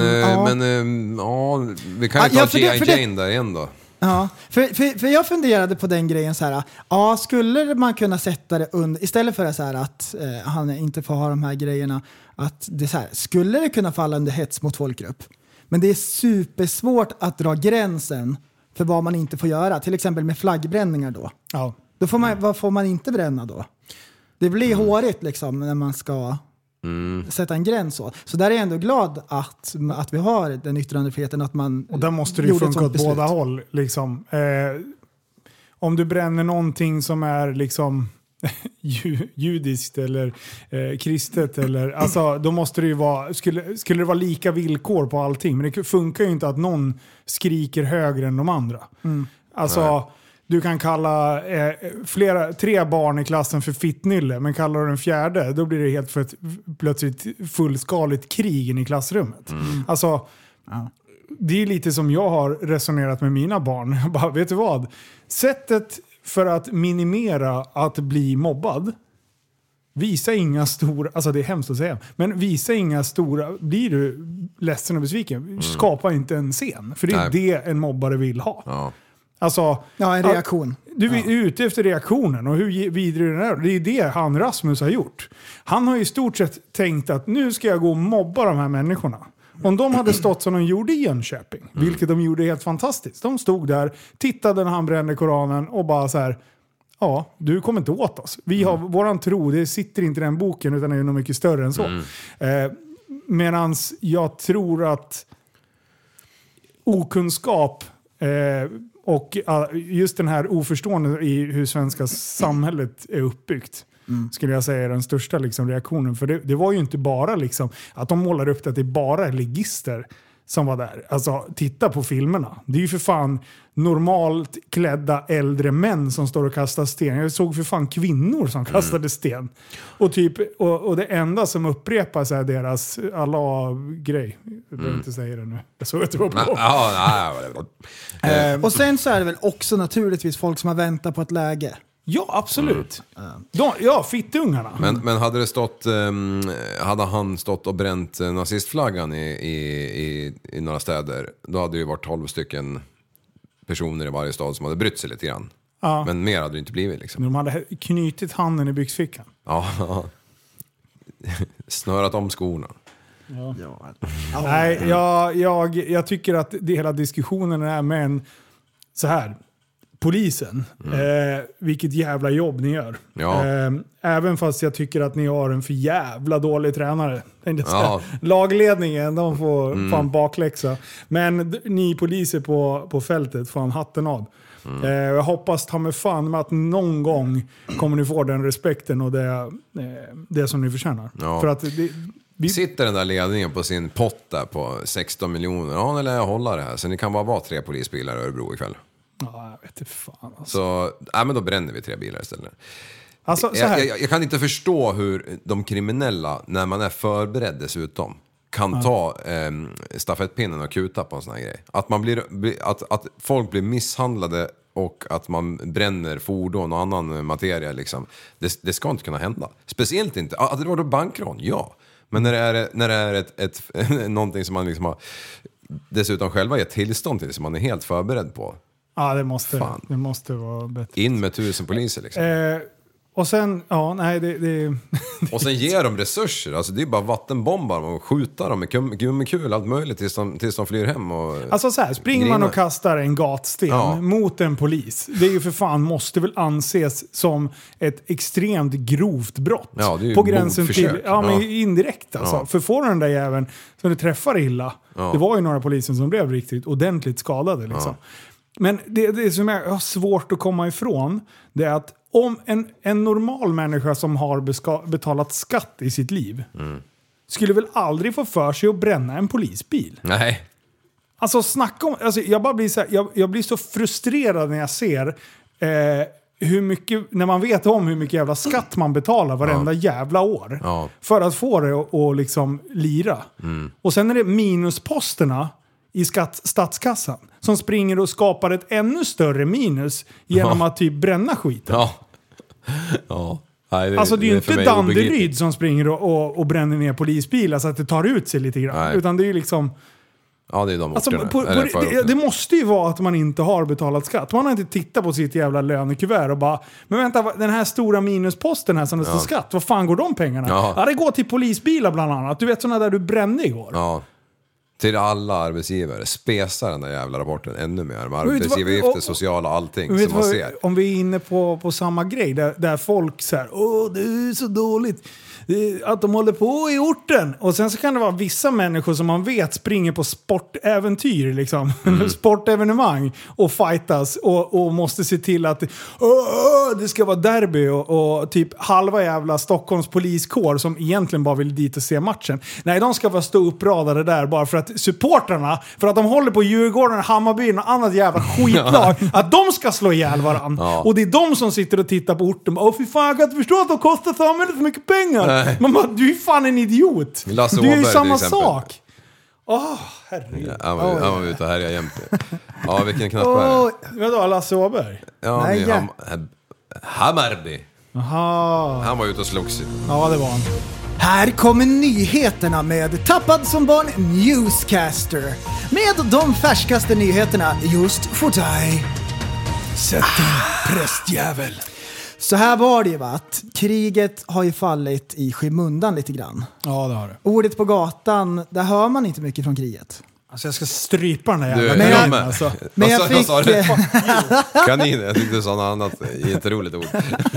vi kan ju ta G.I. Jane där igen då. Ja, för jag funderade på den grejen så här. Ja, skulle man kunna sätta det under, istället för så här att han inte får ha de här grejerna, att det så här, skulle det kunna falla under hets mot folkgrupp? Men det är supersvårt att dra gränsen för vad man inte får göra. Till exempel med flaggbränningar då. Ja. Då får man, vad får man inte bränna då? Det blir hårigt liksom när man ska sätta en gräns så där är jag ändå glad att vi har den yttrandefriheten, att man. Och där måste det ju funka åt båda håll liksom. Om du bränner någonting som är liksom judiskt eller kristet eller alltså då måste det ju vara skulle det vara lika villkor på allting, men det funkar ju inte att någon skriker högre än de andra. Alltså du kan kalla 3 barn i klassen för fittnylle, men kallar du den 4:e, då blir det helt plötsligt fullskaligt krig in i klassrummet. Alltså, det är lite som jag har resonerat med mina barn. Jag bara, vet du vad? Sättet för att minimera att bli mobbad, visa inga stora, alltså det är hemskt att säga, men visa inga stora, blir du ledsen och besviken, skapa inte en scen. För det är det en mobbare vill ha. Ja. Alltså, en reaktion. Du är ute efter reaktionen och hur vidare den är. Det är det han Rasmus har gjort. Han har i stort sett tänkt att nu ska jag gå och mobba de här människorna. Om de hade stått som de gjorde i Jönköping, vilket de gjorde helt fantastiskt. De stod där, tittade när han brände Koranen och bara så här: ja, du kommer inte åt oss. Vi har våran tro, det sitter inte i den boken utan det är nog mycket större än så. Medans jag tror att okunskap och just den här oförstående i hur svenska samhället är uppbyggt skulle jag säga är den största liksom reaktionen. För det var ju inte bara liksom att de målar upp det att det bara är ligister som var där. Alltså, titta på filmerna. Det är ju för fan normalt klädda äldre män som står och kastar sten. Jag såg för fan kvinnor som kastade sten. Och, och det enda som upprepas är deras Allah-grej. Jag behöver inte säga det nu. Jag såg att det var på. Och sen så är det väl också naturligtvis folk som har väntat på ett läge. Ja, absolut. Fittungarna. Men hade det stått, hade han stått och bränt nazistflaggan i några städer, då hade det ju varit 12 stycken personer i varje stad som hade brytt sig lite grann. Ja. Men mer hade det inte blivit liksom. De hade knutit handen i byxfickan. Ja. Snörat om skorna. Ja. Nej, jag tycker att hela diskussionen är med en så här. Polisen, vilket jävla jobb ni gör. Ja. Även fast jag tycker att ni har en för jävla dålig tränare. Lagledningen, de får fan bakläxa. Men ni poliser på fältet, fan hatten av. Jag hoppas ta med fan med att någon gång kommer ni få den respekten och det som ni förtjänar. Ja. För att sitter den där ledningen på sin pott där på 16 miljoner. Ja, eller jag håller det här. Så ni kan bara vara 3 polisbilar i Örebro ikväll. Ja, jag vet inte fan alltså. Så, men då bränner vi 3 bilar istället. Alltså, så här. Jag kan inte förstå hur de kriminella, när man är förberedd dessutom, kan ta stafettpinnen och kuta på en sån här grej. Att, att folk blir misshandlade och att man bränner fordon och annan materia liksom. Det ska inte kunna hända. Speciellt inte. Att det var då bankrån, ja. Men när det är ett någonting som man liksom har dessutom själva gett tillstånd till, som man är helt förberedd på. Ja, det måste vara bättre. In med 1000 poliser liksom. Och sen, och sen ger de resurser. Alltså det är bara vattenbombar och skjuta dem med gummikul, allt möjligt tills de flyr hem. Och alltså så här, springer man och kastar en gatsten mot en polis. Det är ju för fan, måste väl anses som ett extremt grovt brott. Ja, det är ju på gränsen mordförsök. till, men indirekt alltså. Ja. För får den där jäveln så det träffar illa. Ja. Det var ju några poliser som blev riktigt ordentligt skadade liksom. Ja. Men det som jag har svårt att komma ifrån, det är att om en normal människa som har betalat skatt i sitt liv skulle väl aldrig få för sig att bränna en polisbil. Nej. Alltså snacka om, alltså, jag blir så frustrerad när jag ser hur mycket, när man vet om hur mycket jävla skatt man betalar varenda jävla år för att få det att liksom lira. Och sen är det minusposterna i statskassan som springer och skapar ett ännu större minus genom att typ bränna skiten. Ja. Nej, Alltså det är ju inte Danderyd som springer och bränner ner polisbilar så att det tar ut sig lite grann. Nej. Utan det är ju liksom... Ja, det är de Alltså, orterna. det måste ju vara att man inte har betalat skatt. Man har inte tittat på sitt jävla lönekuvert och bara, men vänta, den här stora minusposten här som det står skatt, vad fan går de pengarna? Ja, det går till polisbilar bland annat. Du vet sådana där du brände igår. Ja. Till alla arbetsgivare. Spesar den där jävla rapporten ännu mer. Med arbetsgivaravgifter, sociala allting som man ser. Om vi är inne på samma grej där folk säger, det är så dåligt att de håller på i orten. Och sen så kan det vara vissa människor som man vet springer på sportäventyr liksom. Sportevenemang och fightas och måste se till att det ska vara derby och typ halva jävla Stockholms poliskår som egentligen bara vill dit och se matchen. Nej, de ska bara stå uppradade där bara för att supportrarna, för att de håller på Djurgården, Hammarby och annat jävla skitlag, att de ska slå ihjäl varandra. Ja. Och det är de som sitter och tittar på orten. Fy fan, jag kan inte förstå att de kostar samhället så mycket pengar. Man bara, du är fan en idiot. Lasse du är ju Åberg, samma sak. Herregud. Han var ute här jämt. Ja, vilken knapp är det? Vadå, Lasse Åberg? Ja, Hammarby. Aha. Han var ute och slogs. Ja, det var han. Här kommer nyheterna med Tappad som barn Newscaster. Med de färskaste nyheterna just för dig. Sätt din prästjävel. Så här var det ju, va? Att kriget har ju fallit i skymundan lite grann. Ja, det har det. Ordet på gatan, där hör man inte mycket från kriget. Alltså jag ska strypa den här jävla kaninen. Alltså. Men jag fick... Kaninen, jag tyckte du sa något annat jätteroligt ord.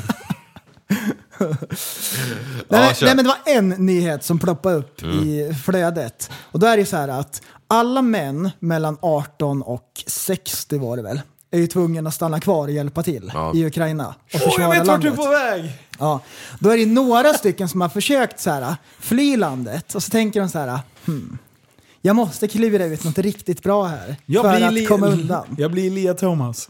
Nej, men det var en nyhet som ploppade upp i flödet. Och då är det så här att alla män mellan 18 och 60 var det väl, är ju tvungen att stanna kvar och hjälpa till i Ukraina och försvara jag vet landet. vart du är på väg! Ja, då är det några stycken som har försökt så här, fly landet och så tänker de så här, jag måste klura ut något riktigt bra här för att komma undan. Jag blir Lia Thomas.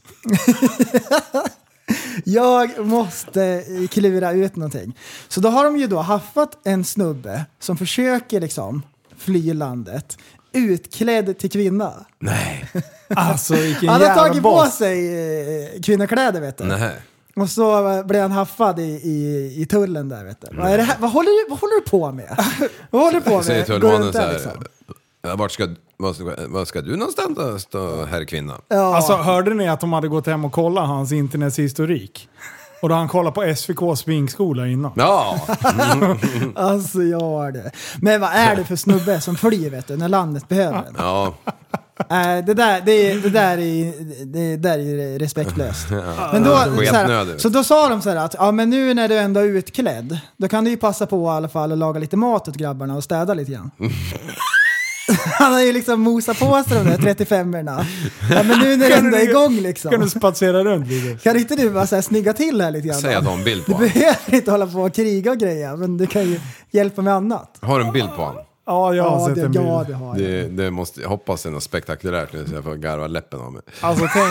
Jag måste klura ut någonting. Så då har de ju då haffat en snubbe som försöker liksom fly landet utklädd till kvinna. Nej. Alltså vilken han har tagit boss. på sig kvinnokläder, vet du. Nej. Och så blev han haffad i tullen där, vet du. Vad är det här? Vad håller du på med? Vad håller du på med? Säger tullmannen så här, liksom. Vad ska du någonstans då, herr kvinna? Ja. Alltså hörde ni att de hade gått hem och kollat hans internetshistorik? Och då han kollade på SVK sminkskola innan. Ja. Alltså jag det. Men vad är det för snubbe som flyr, vet du, när landet behöver den? Ja. Det där är ju respektlöst. Men då, så då sa de så här att men nu när du ändå är utklädd, då kan du ju passa på i alla fall att laga lite mat åt grabbarna och städa lite grann. Han har ju liksom mosat på sig de där 35-erna. Ja, men nu när det ändå är igång liksom. Kan du spatsera runt lite? Kan inte du bara så här snygga till här lite grann? Säg att du har en bild på Du honom. behöver inte hålla på och kriga och grejer, men du kan ju hjälpa med annat. Har du en bild på honom? Ja, jag har sett en bild. Ja, det har jag. Det måste, jag hoppas det är något spektakulärt nu så jag får garva läppen av mig. Alltså tänk...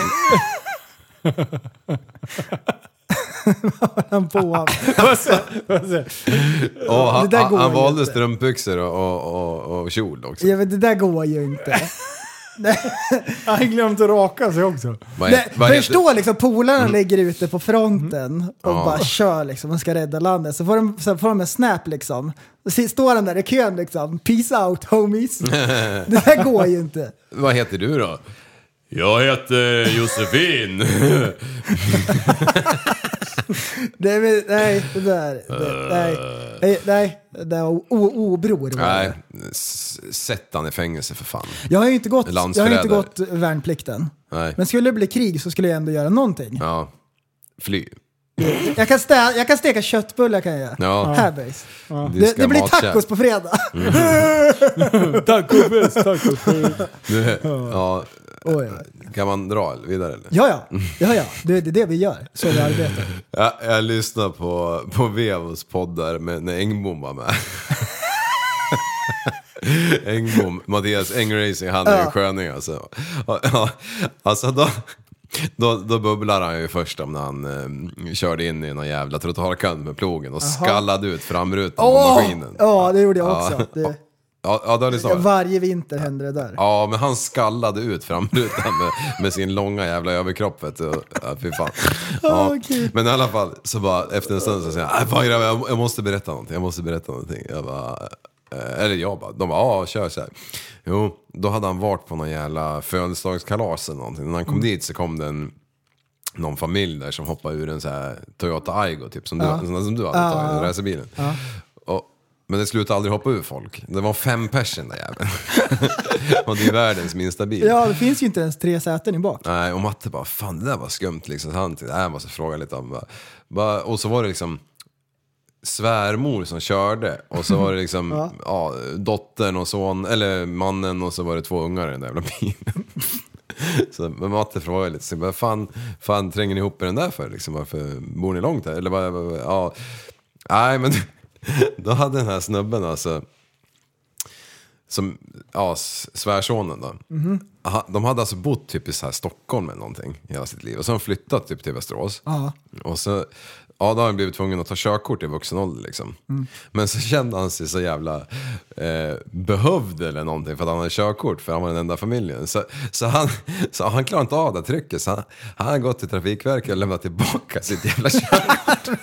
Han på. Han valde strumpbyxor och kjol också. Ja, men det där går ju inte. Han glömde att raka sig också. Förstå liksom, polarna ligger ute på fronten och bara kör liksom, och ska rädda landet. Så får de en snap liksom. Så står han där i kön liksom. Peace out, homies. Det där går ju inte. Vad heter du då? Jag heter Josefin. Nej, det är obror. Nej, sätt han i fängelse för fan. Jag har ju inte gått värnplikten. Nej. Men skulle det bli krig så skulle jag ändå göra någonting. Ja, fly. Jag kan steka köttbullar, kan jag göra. Ja. Här, base. Ja. Det blir tacos på fredag. Tacos. Ja. Kan man dra vidare eller? Ja. Det är det vi gör. Så vi arbetar. Jag lyssnar på Vevos poddar när Engbom var med. Engbom, Mattias Engracing, han är ju sköning alltså. Alltså då bubblar han ju först om när han körde in i någon jävla trottoarkant med plogen och skallade ut framrutan på maskinen. Ja, det gjorde jag också. Ja, det har liksom. Varje vinter händer det där. Ja, men han skallade ut framrutan med sin långa jävla överkropp. Ja, fy fan. Ja. Okay. Men i alla fall, så bara efter en stund så säger jag måste berätta någonting. Jag bara, de bara, kör så här. Jo, då hade han varit på någon jävla födelsedagskalas eller någonting. När han kom dit så kom det någon familj där som hoppade ur en så här Toyota Aygo typ, som du hade tagit, racerbilen. Men det slutade aldrig hoppa ur folk. Det var 5 personer där jäveln. Och det är världens minsta bil. Ja, det finns ju inte ens 3 säten i bak. Nej, och Matte bara, fan det där var skumt liksom. Så han tänkte, jag måste fråga lite om. Och så var det liksom svärmor som körde. Och så var det liksom dottern och son, eller mannen, och så var det 2 ungar i den där jävla bilen. Så, men Matte frågade lite, så bara, fan tränger ni ihop i den där för liksom? Varför bor ni långt här? Eller bara, nej men då hade den här snubben alltså, som, svärsonen då. De hade alltså bott typ i så här Stockholm eller någonting hela sitt liv. Och så har de flyttat typ till Västerås. Och så, då har han blivit tvungen att ta körkort i vuxen ålder liksom. Men så kände han sig så jävla behövd eller någonting för att han hade körkort, för han var den enda familjen. Så han klarade inte av det trycket. Så han har gått till Trafikverket och lämnat tillbaka sitt jävla körkort.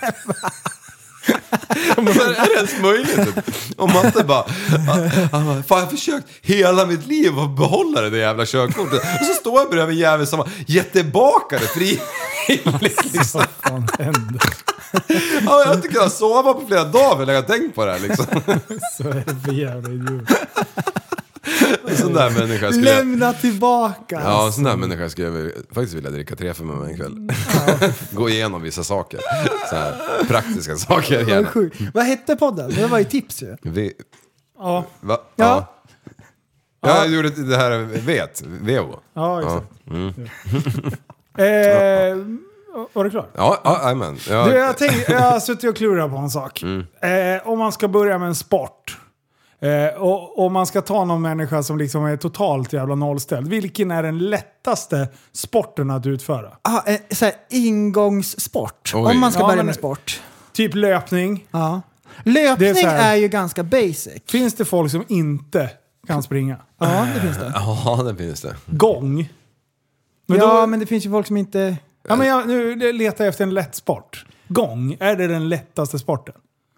Men är det ens möjligt? Och Matte bara, han bara, fan jag har försökt hela mitt liv att behålla det där jävla körkortet. Och så står jag bredvid en jävel som har gett tillbaka det frivilligt liksom. Vad fan hände? Ja, jag har inte kunnat sova på flera dagar för jag har tänkt på det här liksom. Så är det för jävla idiot. En sån där människa skulle Lämna tillbaka. Ja, en sån där människa skulle jag faktiskt vilja dricka 3 för mig en kväll. Gå igenom vissa saker. Så här, praktiska saker gärna. Vad hette podden? Det var ju tips ju. Ja. Va? Ja. Jag gjorde det här Vevo. Ja, exakt. Var det klart? Ja, amen. Jag har suttit och klurat på en sak. Om man ska börja med en sport och man ska ta någon människa som liksom är totalt jävla nollställd, vilken är den lättaste sporten att utföra? Så här, ingångssport. Oj. Om man ska börja med sport. Typ löpning. Ja. Löpning är ju ganska basic. Finns det folk som inte kan springa? Ja, det finns det. Ja, det finns det. Gång. Men det finns ju folk som inte... Ja, men nu letar jag efter en lätt sport. Gång, är det den lättaste sporten?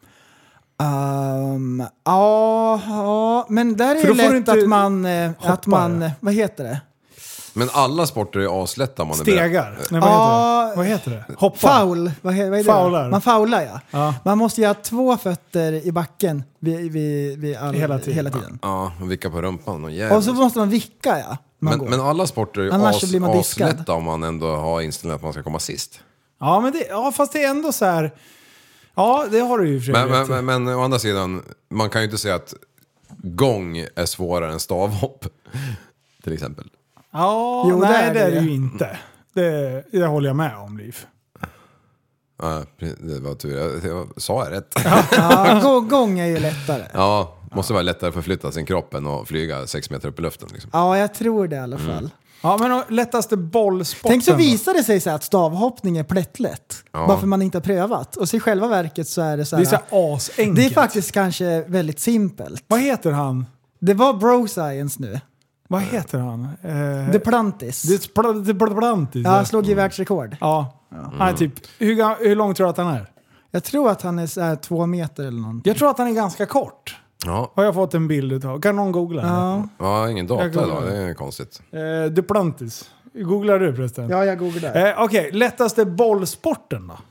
Men där är det lätt inte att man... Vad heter det? Men alla sporter är aslätta om man är stegar. Nej, vad heter det? Hoppa. Foul. Vad är det? Faular. Man faular, ja. Man måste ju ha 2 fötter i backen hela tiden. Ja, och vicka på rumpan. Och så måste man vicka, ja. Men alla sporter är aslätta om man ändå har inställt att man ska komma sist. Ja, men fast det är ändå så här... Ja, det har du ju för sig. Men å andra sidan, man kan ju inte säga att gång är svårare än stavhopp. Till exempel. Ja, jo, nej det är det ju inte. Det håller jag med om, Liv. Ja, det var tur. Jag sa rätt. Gång är ju lättare. Ja, måste vara lättare för att flytta sin kropp än att flyga 6 meter upp i luften. Liksom. Ja, jag tror det i alla fall. Ja, men lättaste bollsporten. Tänk så visar det sig så att stavhoppning är plättlätt. Bara för man inte har prövat. Och så i själva verket så är det så här... Det är så asenkelt. Det är faktiskt kanske väldigt simpelt. Vad heter han? Det var bro science nu. Vad heter han? Duplantis. Duplantis. Ja, han slog i världsrekord. Ja. Han typ, hur lång tror du att han är? Jag tror att han är så här 2 meter eller någonting. Jag tror att han är ganska kort. Ja. Har jag fått en bild av. Kan någon googla? Ja, ingen data idag. Det är konstigt. Duplantis. Googlar du förresten? Ja, jag googlar. Okej, lättaste bollsporten då?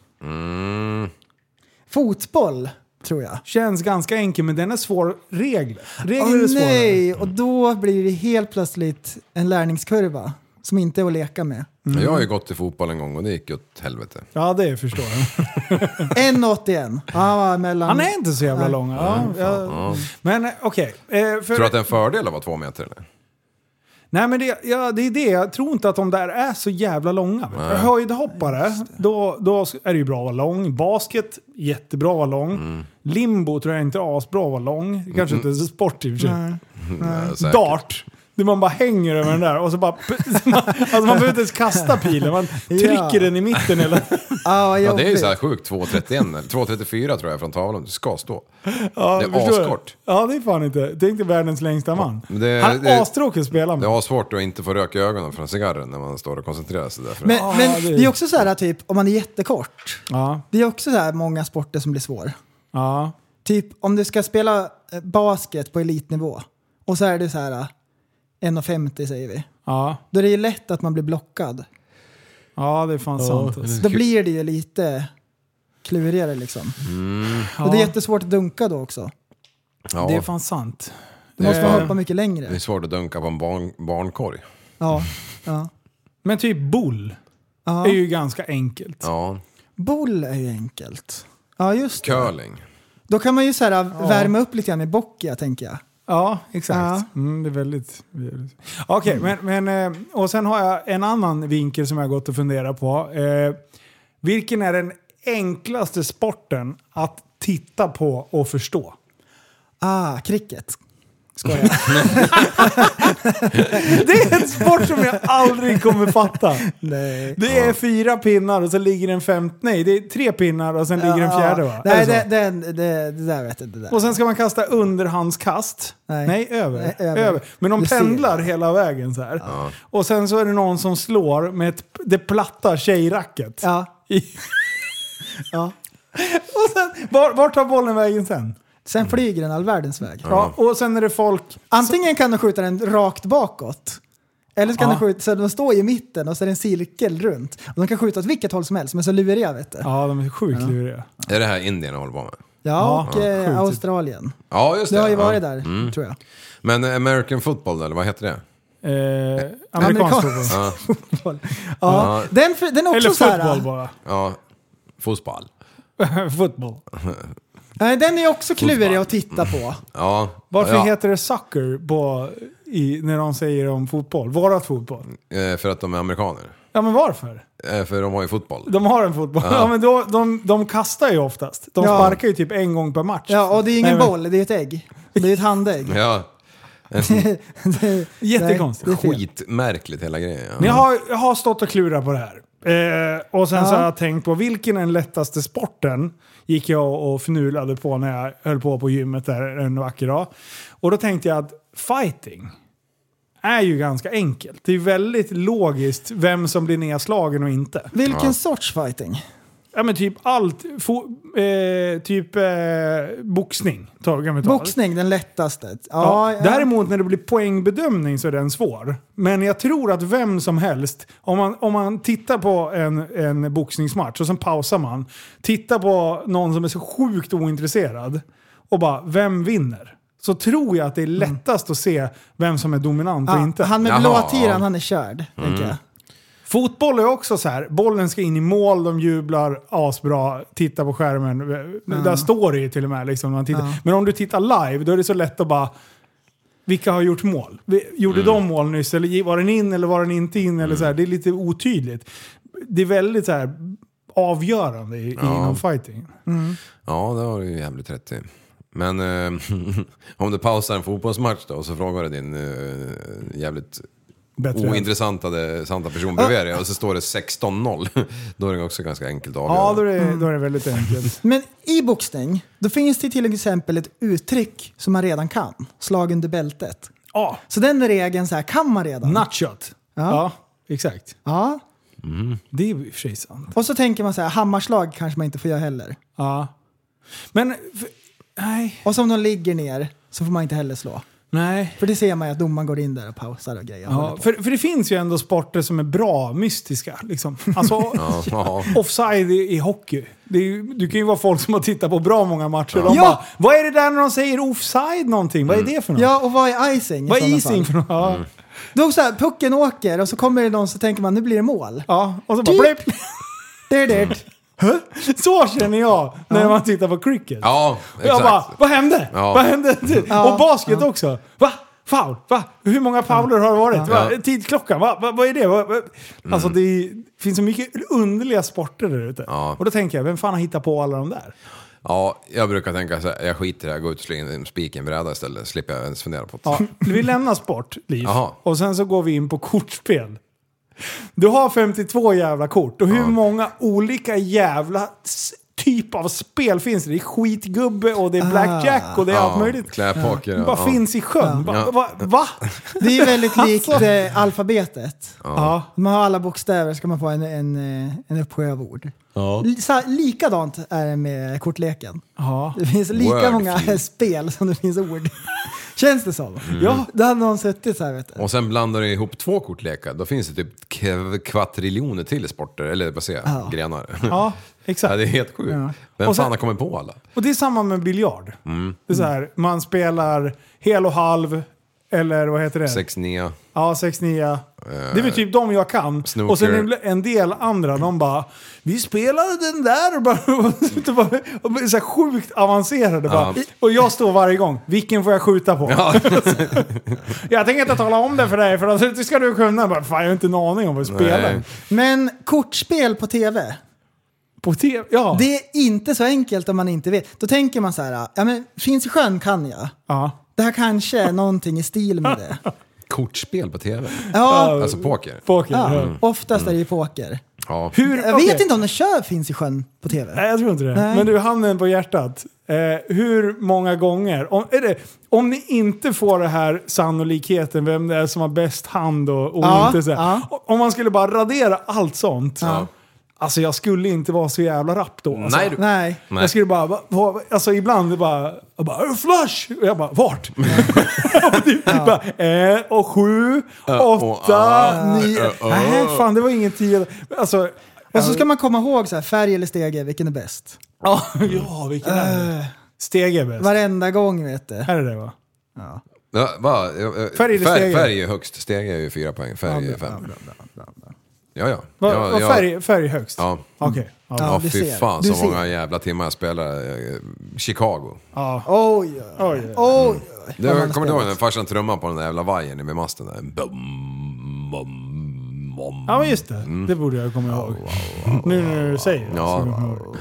Fotboll, tror jag. Känns ganska enkel, men den är svår. Regler är svårare. Nej, och då blir det helt plötsligt en lärningskurva som inte är att leka med. Jag har ju gått till fotboll en gång och det gick åt helvete. Ja, det förstår jag. 1,81. Han är inte så jävla lång. Men okej. Tror du att det är en fördel att vara 2 meter eller? Nej, men det är det. Jag tror inte att de där är så jävla långa. Höjdhoppare, då är det ju bra att vara lång. Basket, jättebra att vara lång. Limbo tror jag inte är asbra att vara lång. Kanske inte är så sport i och för sig. Nej, Dart. där man bara hänger över den där och så bara... alltså man behöver inte ens kasta pilen, man trycker den i mitten eller... Ja, det är ju så här sjukt, 2.31 2.34 tror jag från tavlan, du ska stå. Ja, det är askort. Ja, det är fan inte. Tänk dig världens längsta man. Han är astråkig att spela med. Det är svårt att inte få röka i ögonen från cigarren när man står och koncentrerar sig därför. Men det är också så här typ, om man är jättekort. Ja. Det är också så här många sporter som blir svår. Ja. Typ om du ska spela basket på elitnivå och så är det så här 1,50 säger vi. Ja. Då är det ju lätt att man blir blockad. Ja, det är fan sant. Alltså. Då blir det ju lite klurigare liksom. Och det är jättesvårt att dunka då också. Ja. Det är fan sant. Du måste hoppa mycket längre. Det är svårt att dunka på en barnkorg. Ja. Men typ boll är ju ganska enkelt. Ja. Boll är ju enkelt. Ja, just det. Curling. Då kan man ju så här värma upp lite grann i bockia, tänker jag. Ja, exakt. Ja. Det är väldigt... Okej, men och sen har jag en annan vinkel som jag har gått och funderat på. Vilken är den enklaste sporten att titta på och förstå? Cricket. Skojar. Det är en sport som jag aldrig kommer fatta. Nej. Det är 4 pinnar och så ligger en 5... Nej, det är 3 pinnar och sen ligger en fjärde, va? Nej, det där vet jag. Det där. Och sen ska man kasta underhandskast. Nej, över. Men de pendlar hela vägen så här. Ja. Och sen så är det någon som slår med det platta tjejracket. Ja. Ja. Och sen, var tar bollen vägen sen? Sen flyger den all världens väg. Ja, och sen är det folk... Antingen kan de skjuta den rakt bakåt. Eller så kan de skjuta så de står i mitten och så är det en cirkel runt. Och de kan skjuta åt vilket håll som helst, men så luriga, vet du. Ja, de är sjukt luriga. Är det här Indien håller på med? Ja, och Australien. Ja, just det. Det har ju varit där, tror jag. Men American football, eller vad heter det? Amerikansk fotboll. Ja. Den är också så här... Eller fotboll bara. Ja, fotboll. Fotboll. Den är också klurig att titta på. Ja. Varför heter det soccer när de säger om fotboll? Vårat fotboll? För att de är amerikaner. Ja, men varför? För de har ju fotboll. De har en fotboll. Ja, men de kastar ju oftast. De sparkar ju typ en gång per match. Ja, och det är ingen boll, det är ett ägg. Det är ett handägg. Ja. Jättekonstigt. Skitmärkligt hela grejen. Ja. Men jag har stått och klurat på det här. Och sen så har jag tänkt på vilken är den lättaste sporten. Gick jag och fnulade på när jag höll på gymmet där en vacker dag. Och då tänkte jag att fighting är ju ganska enkelt. Det är väldigt logiskt vem som blir nedslagen och inte. Vilken sorts fighting? Ja, men typ allt. Boxning. Boxning, den lättaste. Ja. Däremot när det blir poängbedömning så är den svår. Men jag tror att vem som helst, om man tittar på en boxningsmatch och sen pausar man, tittar på någon som är så sjukt ointresserad och bara, vem vinner? Så tror jag att det är lättast att se vem som är dominant och inte. Han med blåa tiran, han är körd, tänker jag. Fotboll är också så här, bollen ska in i mål, de jublar asbra, titta på skärmen. Där står det ju till och med liksom, när man tittar. Men om du tittar live, då är det så lätt att bara, vilka har gjort mål? Gjorde de mål nyss? Eller var den in eller var den inte in? Eller så här, det är lite otydligt. Det är väldigt så här avgörande inom fighting. Ja, det har du ju jävligt rätt i. Men om du pausar en fotbollsmatch då och så frågar du din jävligt ointressanta person bredvid dig och så står det 16-0. Då är det också ganska enkelt att avgöra. Ja, då är det väldigt enkelt. Men i boxning, då finns det till exempel ett uttryck som man redan kan. Slag under bältet. Ja. Så den regeln så här kan man redan. Nutshot. Ja, exakt. Ja. Det är ju för sig sant. Och så tänker man så här, hammarslag kanske man inte får göra heller. Ja. Men, nej. Och som de ligger ner så får man inte heller slå. Nej. För det ser man ju att domaren går in där och pausar och grejer. Ja, för det finns ju ändå sporter som är bra, mystiska. Liksom. Alltså, offside i hockey. Du kan ju vara folk som har tittat på bra många matcher. De bara, vad är det där när de säger offside någonting? Vad är det för något? Ja, och vad är icing? Vad är icing för något? Ja. Då så här, pucken åker och så kommer det någon så tänker man, nu blir det mål. Ja, och så bara blip. Det. Så känner jag när man tittar på cricket. Ja, exakt. Jag bara, vad hände? Vad hände? Och basket också. Va? Foul? Va? Hur många fouler har det varit? Tidsklockan? Vad är det? Alltså det finns så mycket underliga sporter där ute. Och då tänker jag, vem fan har hittat på alla de där? Ja, jag brukar tänka så här, jag skiter i det här, gå ut och slå in en spik i en bräda istället. Slipper jag ens fundera på det. Ja, vi lämnar sport, Liv. Aha. Och sen så går vi in på kortspel. Du har 52 jävla kort. Och hur många olika jävla typ av spel finns det? Det är skitgubbe och det är blackjack och det är allt möjligt. Kläpoker. Det bara finns i sjön. Va? Det är väldigt likt alfabetet. Ja. Man har alla bokstäver, ska man få en uppsjö av ord. Ja. Likadant är det med kortleken. Ja. Det finns lika Word många feed. spel som det finns ord. Känns det så? Ja. Det hade någon suttit så här, vet du. Och sen blandar du ihop 2 kortlekar. Då finns det typ kvadriljoner till sporter. Eller vad säger jag? Grenar. Ja, exakt. Ja, det är helt sjukt. Ja. Vem Och sen- fan har kommit på alla? Och det är samma med biljard. Det är så här, man spelar hel och halv, eller vad heter det? 6-9. Ja, 6-9. Det är väl typ de jag kan. Snooker. Och sen en del andra, de bara, vi spelade den där och bara så här sjukt avancerade. Bara. Och jag står varje gång, vilken får jag skjuta på? Ja. Jag tänker inte tala om det för dig, för att det ska du kunna. Bara, fan, jag har inte en aning om vad jag spelar. Nej. Men kortspel på tv, På tv? Ja. det är inte så enkelt om man inte vet. Då tänker man så här, ja men finns i sjön kan jag. Ja. Det här kanske är någonting i stil med det. Kortspel på tv. Ja, Alltså poker. Poker. ja. Ja. Oftast är det ju poker. Ja. Jag vet inte om den finns i sjön på tv. Nej, jag tror inte det. Nej. Men du, handen på hjärtat. Hur många gånger, om ni inte får det här sannolikheten, vem det är som har bäst hand och Ja, inte så här. ja. Om man skulle bara radera allt sånt. Ja. Alltså jag skulle inte vara så jävla rapp då. Alltså. Nej, du. Nej. Jag skulle bara, alltså ibland det bara flash! Och jag bara, vart? Och 7, 8, 9. Nej, fan det var ingen 10. Alltså, Och så ska man komma ihåg så här, färg eller stege, vilken är bäst? ja, vilken är det? Steg är bäst. Varenda gång, vet du. Här är det va? Ja, va? Färg eller stege? Färg är högst. Steg är ju 4 poäng. Färg är 5. Ja. Vad färg högst? Ja. Okej. Ja. Ja, du fy ser. fan Du så ser. många jävla timmar jag spelar Chicago. Oj. Du kommer ihåg när farsan trummade på den där jävla vajern med masten där? Bum, bum, bum. Ja, men just det. Det borde jag komma ihåg. Nu när du säger det. Ja. så kommer jag ihåg.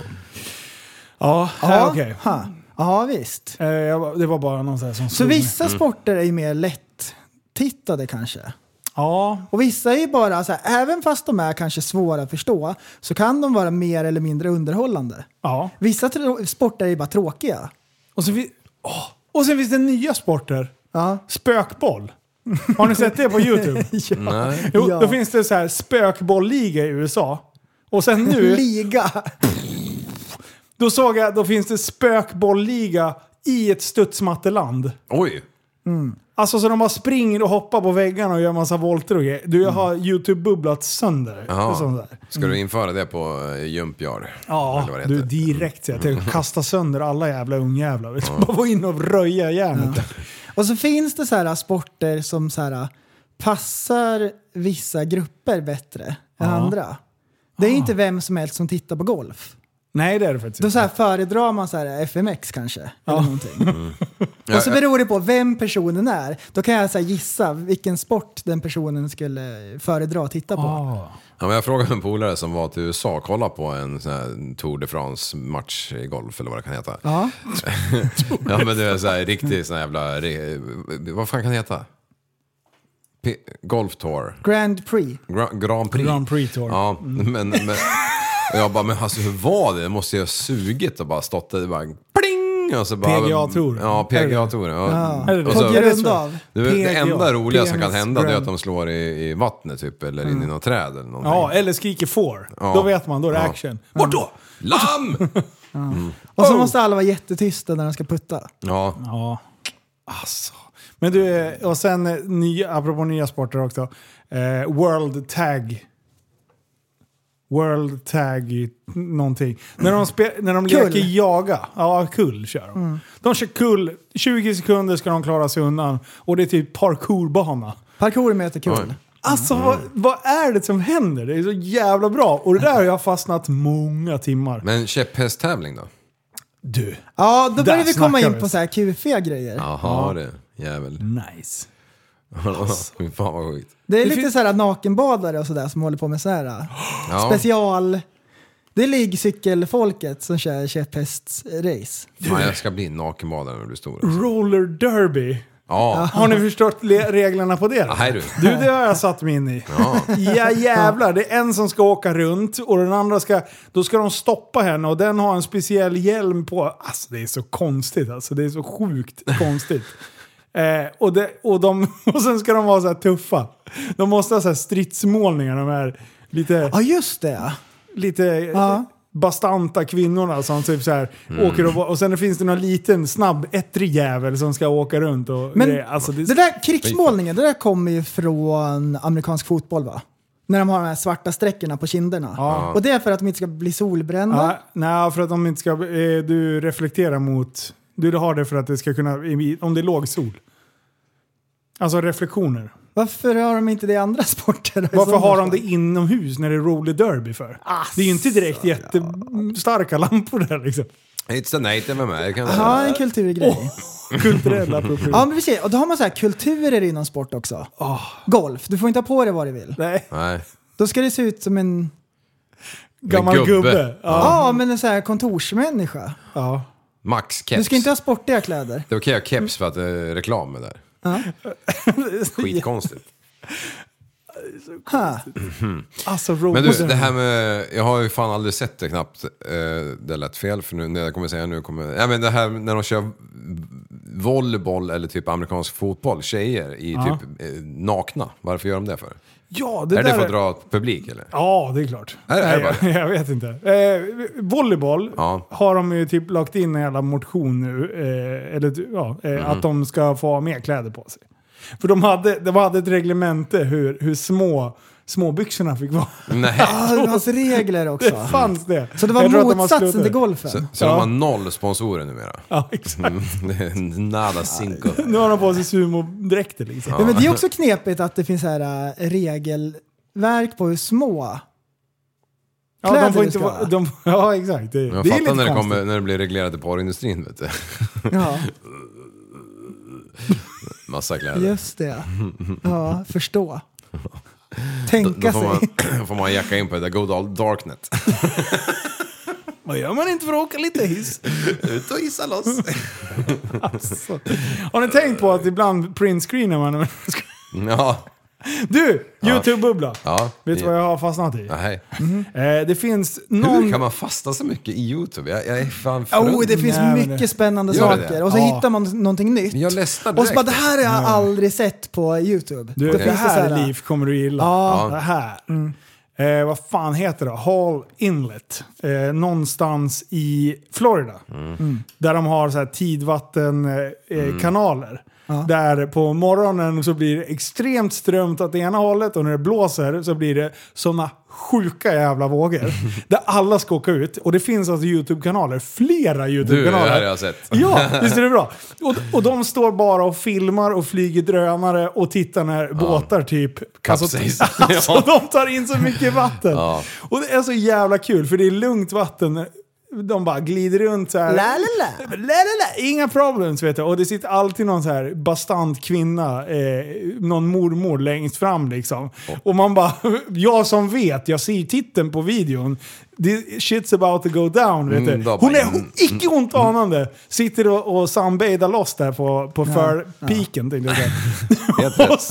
Ja, okej. Ja, visst. Det var bara någon sån här som Så slog mig. vissa sporter är ju mer lätt tittade kanske. Ja, Och vissa är ju bara så här, även fast de är kanske svåra att förstå, så kan de vara mer eller mindre underhållande. ja. Vissa sporter är ju bara tråkiga. Och sen finns det nya sporter. Ja. Spökboll. Har ni sett det på YouTube? Nej. Jo, Ja. då finns det så här spökbollliga i USA. Och sen nu, Liga. då såg jag, då finns det spökbollliga i ett studsmatteland. Oj. Alltså så de bara springer och hoppar på väggarna och gör massa volter och grejer. Du, jag har YouTube-bubblat sönder. Jaha. Sånt där. Ska du införa det på Jumpyard? Ja, Eller vad det du heter. direkt. Jag tänkte kasta sönder alla jävla ungjävlar. Så bara gå in och röja järnet. Och så finns det så här sporter som så här passar vissa grupper bättre än andra. Det är inte vem som helst som tittar på golf. Nej, det är det faktiskt Då inte. så här föredrar man så här FMX kanske. Eller någonting. Och så beror det på vem personen är. Då kan jag så här gissa vilken sport den personen skulle föredra att titta på. Ja, men jag frågade en polare som var till USA och kollade på en sån här Tour de France match i golf eller vad det kan heta. Ja. Ja, men det är så här riktigt sån här jävla... Vad fan kan det heta? Golf Tour. Grand Prix. Grand Prix. Grand Prix Tour. Ja, men och jag bara, men alltså hur var det? Det måste ju ha sugit och bara stått där, bara pling! Och så bara, PGA-tour. Ja, PGA-tour. Ja. Är det det? Och så, På grund av. det enda roliga som kan PMS hända det är att Grand. de slår i vattnet typ, eller in i något träd eller någonting. Ja, eller skriker får. Ja. Då vet man, då är det action. Vart då? Lamm! Och så måste alla vara jättetysta när de ska putta. Ja, Ja, alltså. Men du, och sen apropå nya sporter också. World Tag någonting. När de Kull. leker jaga. Ja, kull kör de. De kör kull. 20 sekunder ska de klara sig undan. Och det är typ parkourbana. Parkour möter kul. Oj. Alltså, vad är det som händer? Det är så jävla bra. Och det där har jag fastnat många timmar. men käpphästtävling då? Du, Ja, då börjar Där vi komma snackar in vi. på så här kufiga grejer. Jaha, det jävel. nice. Fy fan vad sjukt. Det är Det lite finns- så här nakenbadare och sådär som håller på med så här Ja. special Det är liggcykelfolket som kör käpphästrace. Fan, jag ska bli nakenbadare när du blir stor. Roller derby. Ja. Har ni förstått reglerna på det? Nej, Du, det har jag satt mig in i. Ja jävlar, det är en som ska åka runt och den andra ska de stoppa henne och den har en speciell hjälm på. Alltså det är så konstigt, alltså det är så sjukt konstigt. Och sen ska de vara så här tuffa. De måste ha så här stridsmålningar, de här lite... Ja, just det. Lite bastanta kvinnorna som typ så här åker och sen finns det någon liten snabb ettrig jävel som ska åka runt och men det där krigsmålningen, det där kommer ju från amerikansk fotboll, va? När de har de här svarta sträckorna på kinderna. Ja. Och det är för att de inte ska bli solbrända. Nej, för att de inte ska du reflekterar mot du har det för att det ska kunna om det är låg sol. Alltså reflektioner. Varför har de inte det i andra sporter? Varför har de det inomhus när det är roller derby för? Det är ju inte direkt jättestarka lampor där liksom. It's the night med mig. Ja, en kulturgrej. Kulturella appropriation. Ja, men precis. Och då har man så här kulturer inom sport också. Golf. Du får inte ha på dig vad du vill. Nej. Då ska det se ut som en... gammal gubbe. Ja, men en så här kontorsmänniska. Ja. Max keps. Du ska inte ha sportiga kläder. Det är okej att ha keps för att det är reklam där. Skitkonstigt. Alltså, men du, det här med... Jag har ju fan aldrig sett det knappt. Det lät fel för nu när jag kommer säga ja, men det här när de kör volleyboll eller typ amerikansk fotboll, tjejer i typ nakna. Varför gör de det för? Ja, det för att dra publik eller? Ja, det är klart. Jag vet inte. Volleyboll har de ju typ lagt in en jävla motion nu. Att de ska få ha mer kläder på sig. För de hade ett reglemente hur små byxorna fick vara. Nej. Det fanns regler också. Det fanns det. Så det var motsatsen till golfen. Så de har 0 sponsorer numera. Ja, exakt. Nada cinco. Nu har de på sig sumo-dräkter liksom. Ja, men det är också knepigt att det finns här regelverk på hur små kläder de får inte vara. Ja, exakt. Jag fattar när det blir reglerat i porrindustrin, vet du. Ja. Massa kläder. Just det. Ja, förstå. Tänka då sig. Får man jacka in på det där good old darknet. Vad gör man inte för att åka lite hiss? Ut och hissa loss. Alltså. Har ni tänkt på att ibland printscreenar man? Ja. Du, YouTube-bubbla. Ja. Vet du vad jag har fastnat i? Nej. Det finns någon... Hur kan man fastna så mycket i YouTube? Jag är fan det finns mycket spännande saker. Och så hittar man någonting nytt. Jag ledsnar och så bara, det här har jag aldrig sett på YouTube. Du, det här liv kommer du gilla. Ja. Det här. Vad fan heter det? Hall Inlet. Någonstans i Florida. Där de har så här tidvattenkanaler. Där på morgonen så blir det extremt strömt åt ena hållet och när det blåser så blir det såna sjuka jävla vågor. Där alla ska åka ut. Och det finns alltså YouTube-kanaler. Flera YouTube-kanaler. Det här har jag sett. Ja, visst är det bra. Och de står bara och filmar och flyger drönare och tittar när båtar typ... Alltså de tar in så mycket vatten. Ja. Och det är så jävla kul för det är lugnt vatten. De bara glider runt så här. Inga problems, vet du. Och det sitter alltid någon så här bastant kvinna, någon mormor längst fram liksom. Och man bara, jag som vet, jag ser titeln på videon. Shit's about to go down, vet du. Hon är icke ont anande. Sitter och sunbathar loss där på förpiken, tänkte jag. Och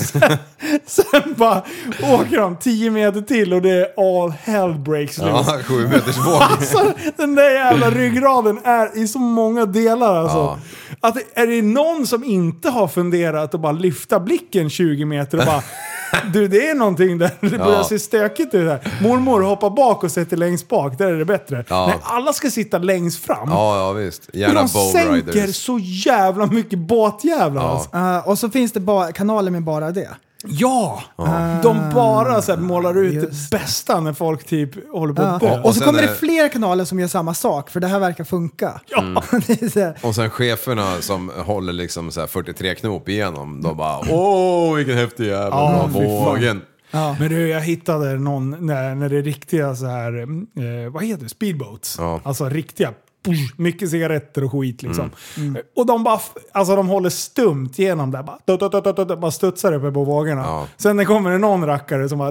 sen bara åker de 10 meter till och det är all hell breaks loose. Ja, 7 meters våg. Alltså, den där jävla ryggraden är i så många delar alltså. Ja. Att är det någon som inte har funderat att bara lyfta blicken 20 meter och bara du, det är någonting där det börjar se stökigt ut här. Mormor hoppar bak och sätter längst bak, där är det bättre. Ja. Nej, alla ska sitta längst fram. Ja, visst. Gärna de sänker så jävla mycket båtjävlar. Ja. Alltså. Och så finns det kanaler med bara det. Ja, de bara så här målar ut det bästa när folk typ håller på att dö. Och så kommer det fler kanaler som gör samma sak, för det här verkar funka. Ja. Och sen cheferna som håller liksom så här 43 knop igenom, de bara, vilken häftig jävla vågen. Ja. Men du, jag hittade någon när det är riktiga så här, vad heter det? Speedboats. Ja. Alltså riktiga mycket cigaretter och skit liksom. Och de bara, alltså de håller stumt genom där. Bara studsar uppe på vågorna. Ja. Sen det kommer det någon rackare som bara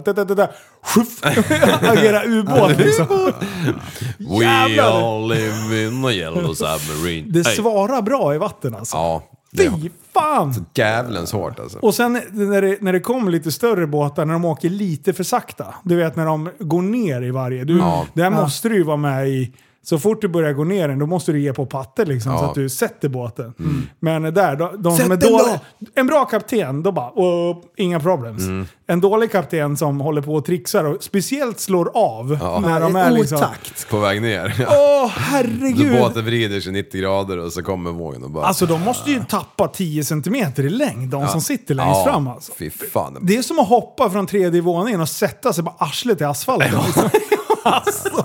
agerar ubåt liksom. We all live in a yellow submarine. Det svarar bra i vatten alltså. Ja. Fy fan! Jävlens hårt alltså. Och sen när det kommer lite större båtar, när de åker lite för sakta. Du vet när de går ner i varje. Där måste du ju vara med i. Så fort du börjar gå ner den, då måste du ge på patter liksom, så att du sätter båten. Men där, de som är dåliga, en bra kapten, då bara, inga problems. En dålig kapten som håller på och trixar och speciellt slår av när de är liksom... Otakt. På väg ner. Herregud! Så båten vrider sig 90 grader och så kommer vågen och bara... Alltså de måste ju tappa 10 centimeter i längd, de som sitter längst fram alltså. Fy fan. Det är som att hoppa från 3:e våningen och sätta sig på arslet i asfalten. Alltså.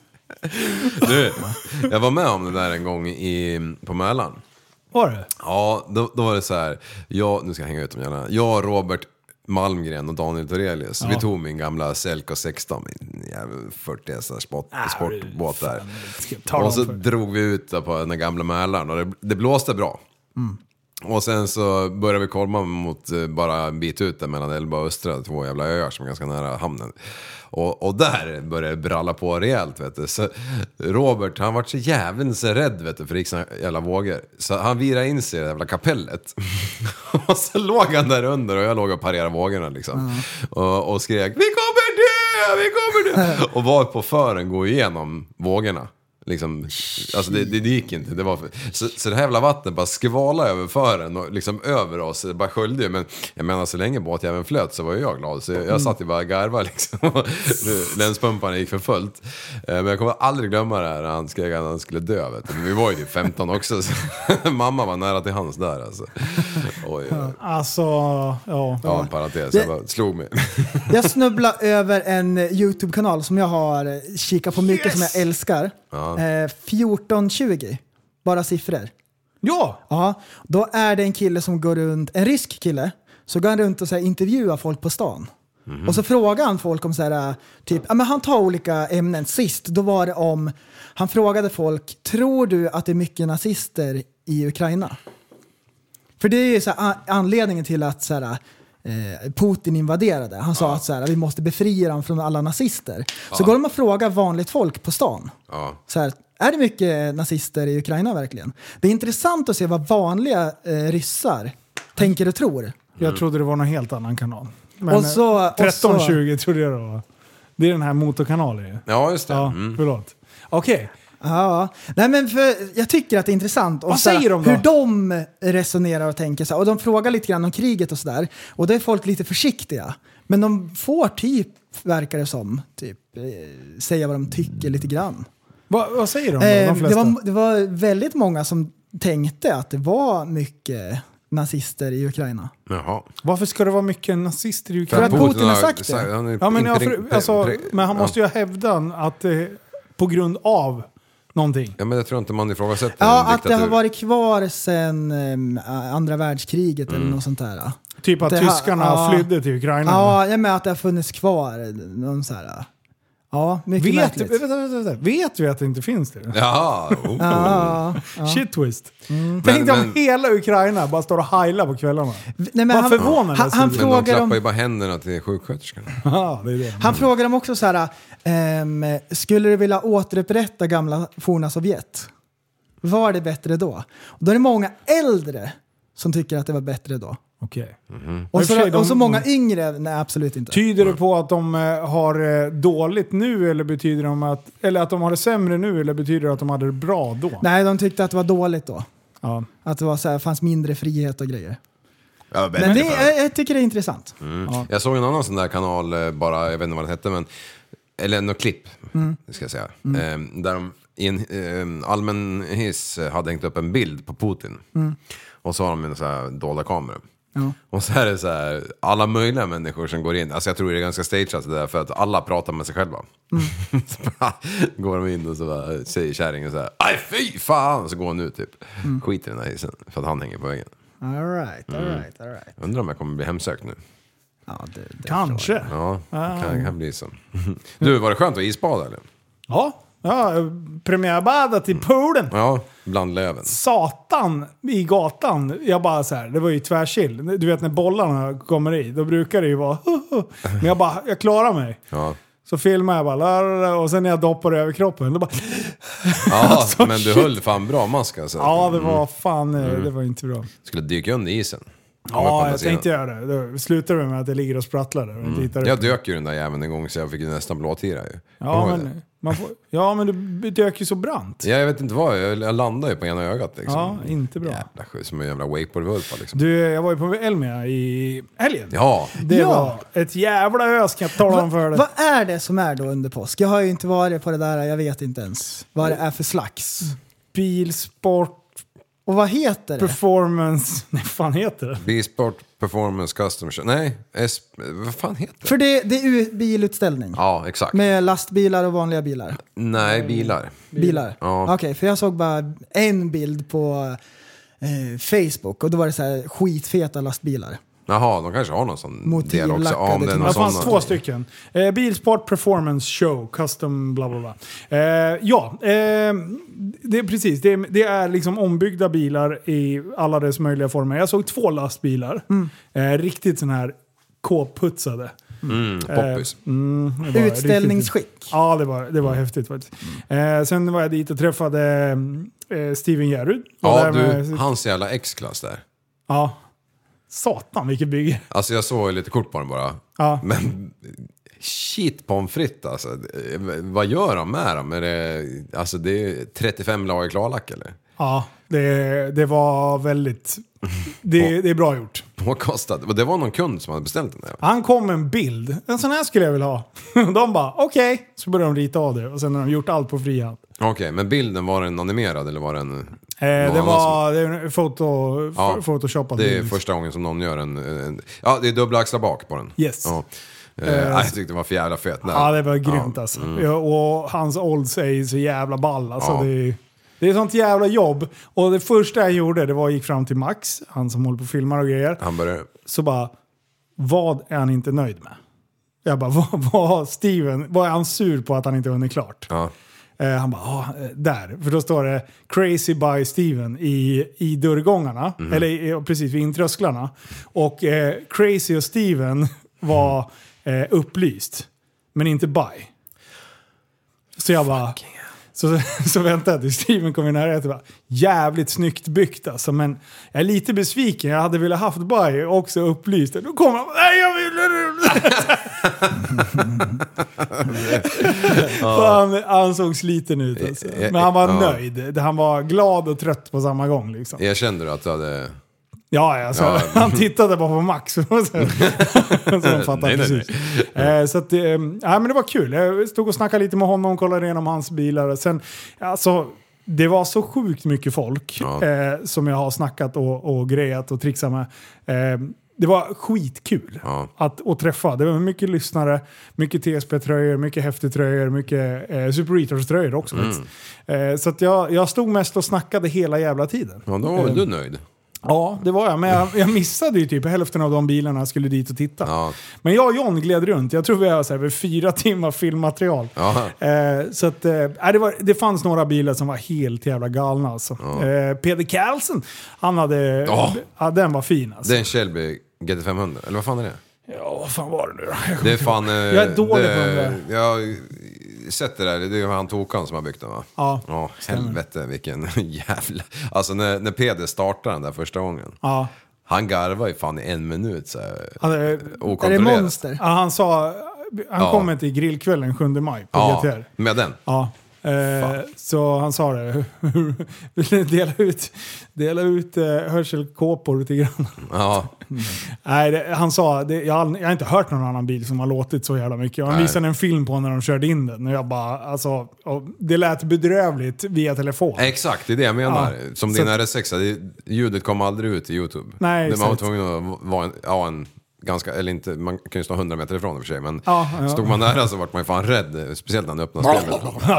Du, jag var med om det där en gång på Mälaren. Var det? Ja, då var det så här. Nu ska jag hänga ut dem gärna. Jag, Robert Malmgren och Daniel Torelius. Vi tog min gamla Selco 16, min jävla 40 sportbåt där. Och så drog vi ut på den gamla Mälaren och det blåste bra. Och sen så började vi komma mot bara en bit ut där mellan Elba och Östra, 2 jävla öar som är ganska nära hamnen. Och där började det bralla på rejält, vet du. Så Robert, han var så jävligt rädd, vet du, för riksdagen jävla vågor. Så han virade in sig i det jävla kapellet. Och så låg han där under och jag låg och parerade vågorna liksom. Och skrek, vi kommer dö! Och var på fören gå igenom vågorna. Liksom, alltså det gick inte. Det var så det här jävla vattnet bara skvalade över fören och liksom över oss. Det bara sköljde. Men jag menar, så länge båtjäveln flöt så var jag glad. Så jag satt ju bara och garvade liksom. Länspumparna gick för fullt. Men jag kommer aldrig glömma det här. Han skrek att han skulle dö, vet du. Men vi var ju 15 också. Så mamma var nära till hans där alltså. Oj. Alltså, ja, en parentes. Jag bara slog mig. Jag snubblar över en YouTube-kanal som jag har kikat på mycket, som jag älskar. 1420, bara siffror. Ja, då är det en kille som går runt, en rysk kille, så går han runt och så här, intervjuar folk på stan. Och så frågar han folk om så här, typ, men han tar olika ämnen. Sist, då var det om, han frågade folk, tror du att det är mycket nazister i Ukraina? För det är ju så här, anledningen till att så här, Putin invaderade. Han sa att så här, vi måste befria dem från alla nazister. Så går de och frågar vanligt folk på stan. Så här, är det mycket nazister i Ukraina verkligen? Det är intressant att se vad vanliga ryssar tänker och tror. Jag trodde det var någon helt annan kanal. Men och så, 1320 trodde jag det var. Det är den här motorkanalen. Ja, just det. Förlåt. Okej. Ja, nej men för jag tycker att det är intressant och vad säger de då? Hur de resonerar och tänker så här, och de frågar lite grann om kriget och sådär, och då är folk lite försiktiga, men de får typ, verkar det som, typ säga vad de tycker lite grann. Vad säger de då, de flesta? Det var väldigt många som tänkte att det var mycket nazister i Ukraina. Jaha. Varför ska det vara mycket nazister i Ukraina? För att Putin har sagt det. Men han måste ju hävda att det på grund av någonting. Ja, men jag tror inte man ifrågasätter. Ja, att det har varit kvar sedan andra världskriget eller något sånt där. Typ att tyskarna flydde till Ukraina. Ja, jag menar att det har funnits kvar någon så här. Ja, mycket märkligt. Vet vi att det inte finns det? Ja. Shit twist. Tänk om hela Ukraina bara står och heilar på kvällarna. Nej, men han frågar de klappar ju bara händerna till sjuksköterskorna. Ja, det är det. Han frågar dem också så här, skulle du vilja återupprätta gamla forna Sovjet? Var det bättre då? Och då är det många äldre som tycker att det var bättre då. Okej. Och så många yngre, nej absolut inte. Tyder det på att de har dåligt nu, eller betyder det att de har det sämre nu, eller betyder det att de hade det bra då? Nej, de tyckte att det var dåligt då. Ja. Att det var så här, fanns mindre frihet och grejer. Ja, men jag tycker det är intressant. Ja. Jag såg en annan sån där kanal, bara, jag vet inte vad det hette, men eller något klipp, ska jag säga. Där de i en allmän hiss hade hängt upp en bild på Putin. Och så har de en så här dolda kamera. Ja. Och så är det så här, alla möjliga människor som går in. Alltså jag tror det är ganska stageat det där, för att alla pratar med sig själva. Så går de in och så bara, säger kärringen så här, aj fy fan, så går hon ut typ. Skiter i den här hissen, för att han hänger på väggen. All right. Undrar om jag kommer bli hemsökt nu. Ja, det kanske. Ja, kan bli så. Du, var det skönt att isbada eller? Ja, Ja, premiärbadat i poolen. Ja, bland löven. Satan i gatan. Jag bara så här, det var ju tvärchill. Du vet när bollarna kommer i, då brukar det ju vara men jag klarar mig. Ja. Så filmar jag bara och sen när jag doppar över kroppen då bara Ja, men du höll fan bra mask alltså. Ja, det var fan det var inte bra. Skulle dyka under isen. Ja, jag tänkte göra det. Då slutar det med att det ligger och sprattlar där. Jag dök ju den där jäveln en gång så jag fick ju nästan blåtira ju. Ja, men du dök ju så brant. Ja, jag vet inte vad, jag landade ju på ena ögat liksom. Ja, inte bra. Jävla sjuk, som en jävla wakeboardvulpa liksom. Du, jag var ju på Elmia i helgen. Ja. Det var ett jävla ös kan jag tala om för dig. Vad är det som är då under påsk? Jag har ju inte varit på det där, jag vet inte ens vad det är för slags. Bilsport. Och vad heter det? Performance. Nej, vad fan heter det? Bilsport, performance, custom show. Nej, vad fan heter det? För det är ju bilutställning. Ja, exakt. Med lastbilar och vanliga bilar. Nej, bilar. Bilar? Ja. Okej, för jag såg bara en bild på Facebook och då var det så här skitfeta lastbilar. Jaha, de kanske har någon sån del också. Motivlackade Om det är någon Det fanns sån. 2 stycken. Bilsport, performance, show, custom, bla bla bla. Det är precis. Det är liksom ombyggda bilar i alla dess möjliga former. Jag såg 2 lastbilar. Riktigt sån här K-putsade. Poppis. Utställningsskick. Riktigt, ja, det var häftigt faktiskt. Sen var jag dit och träffade Steven Gerrard. Ja, hans jävla X-klass där. Ja. Satan, vilket bygge. Alltså jag såg lite kort på den bara. Ja. Men shit pommes frites alltså. Vad gör de med dem? Alltså det är 35 lager klarlack eller? Ja, det var väldigt... Det är bra gjort. Påkostat. Och det var någon kund som hade beställt den där. Han kom med en bild. En sån här skulle jag vilja ha. De bara, okej. Så började de rita av det. Och sen har de gjort allt på fri hand. Okej, men bilden, var den animerad eller var den... Det var photoshopat. Det är första gången som någon gör en ja, det är dubbla axlar bak på den. Yes. Ja. Jag tyckte det var för jävla fet. Ja, det var grymt alltså. Och hans olds är så jävla ball. Alltså, Ja. det är sånt jävla jobb. Och det första jag gjorde, det var att gick fram till Max, han som håller på och filmar och grejer. Han började... Så bara, vad är han inte nöjd med? Jag bara, vad är han sur på att han inte hunnit klart? Ja. Han bara, där. För då står det Crazy by Steven i dörrgångarna. Eller precis vid intrösklarna. Och Crazy och Steven var upplyst. Men inte by. Så jag bara... Så väntade jag till Steven kom in här och jag bara, jävligt snyggt byggt alltså, men jag är lite besviken. Jag hade velat haft by också upplyst. Då kom han, nej jag vill han såg sliten ut alltså. Men han var nöjd. Han var glad och trött på samma gång liksom. Jag kände att du hade... Ja, alltså, han tittade bara på Max. Så de fattade precis. Så att, men det var kul. Jag stod och snackade lite med honom, kollade igenom hans bilar. Sen, alltså, det var så sjukt mycket folk som jag har snackat och grejat och trixat med. Det var skitkul att träffa. Det var mycket lyssnare, mycket TSP-tröjor, mycket häftig-tröjor, mycket Super Retros-tröjor också. Så att jag stod mest och snackade hela jävla tiden. Ja, då var du nöjd. Ja, det var jag. Men jag missade ju typ hälften av de bilarna skulle dit och titta. Ja. Men jag och John gled runt. Jag tror vi har så här 4 timmar filmmaterial. Så att det fanns några bilar som var helt jävla galna. Alltså. Peder Carlsen, han hade... den var fin alltså. Det är en Shelby GT500, eller vad fan är det? Ja, vad fan var det nu då? Det är fan... jag är dålig på det. Jag sett det där, det är ju han Tokan som har byggt den va? Ja, helvete vilken jävla... Alltså när Peder startade den där första gången. Ja. Han garvar ju fan i 1 minut så här, är det monster? Ja, han sa... Han kommer till grillkvällen 7 maj på GTR. Med den? Ja. Så han sa det. Vill dela ut hörselkåpor till grann. Ja. Nej, han sa jag har inte hört någon annan bil som har låtit så jävla mycket. Han visade en film på när de körde in den. Och jag bara, alltså, det lät bedrövligt via telefon. Exakt, det är det jag menar. Som din RS6, ljudet kom aldrig ut i YouTube. Nej, det var tvungen att vara en ganska, eller inte, man kan ju stå 100 meter ifrån i och för sig, men stod man nära så vart man ju fan rädd, speciellt när han öppnade spelet.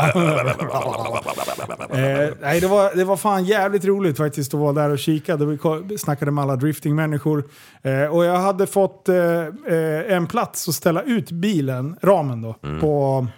Nej, det var fan jävligt roligt faktiskt att vara där och kika. Vi snackade med alla driftingmänniskor. Och jag hade fått en plats att ställa ut bilen, ramen då,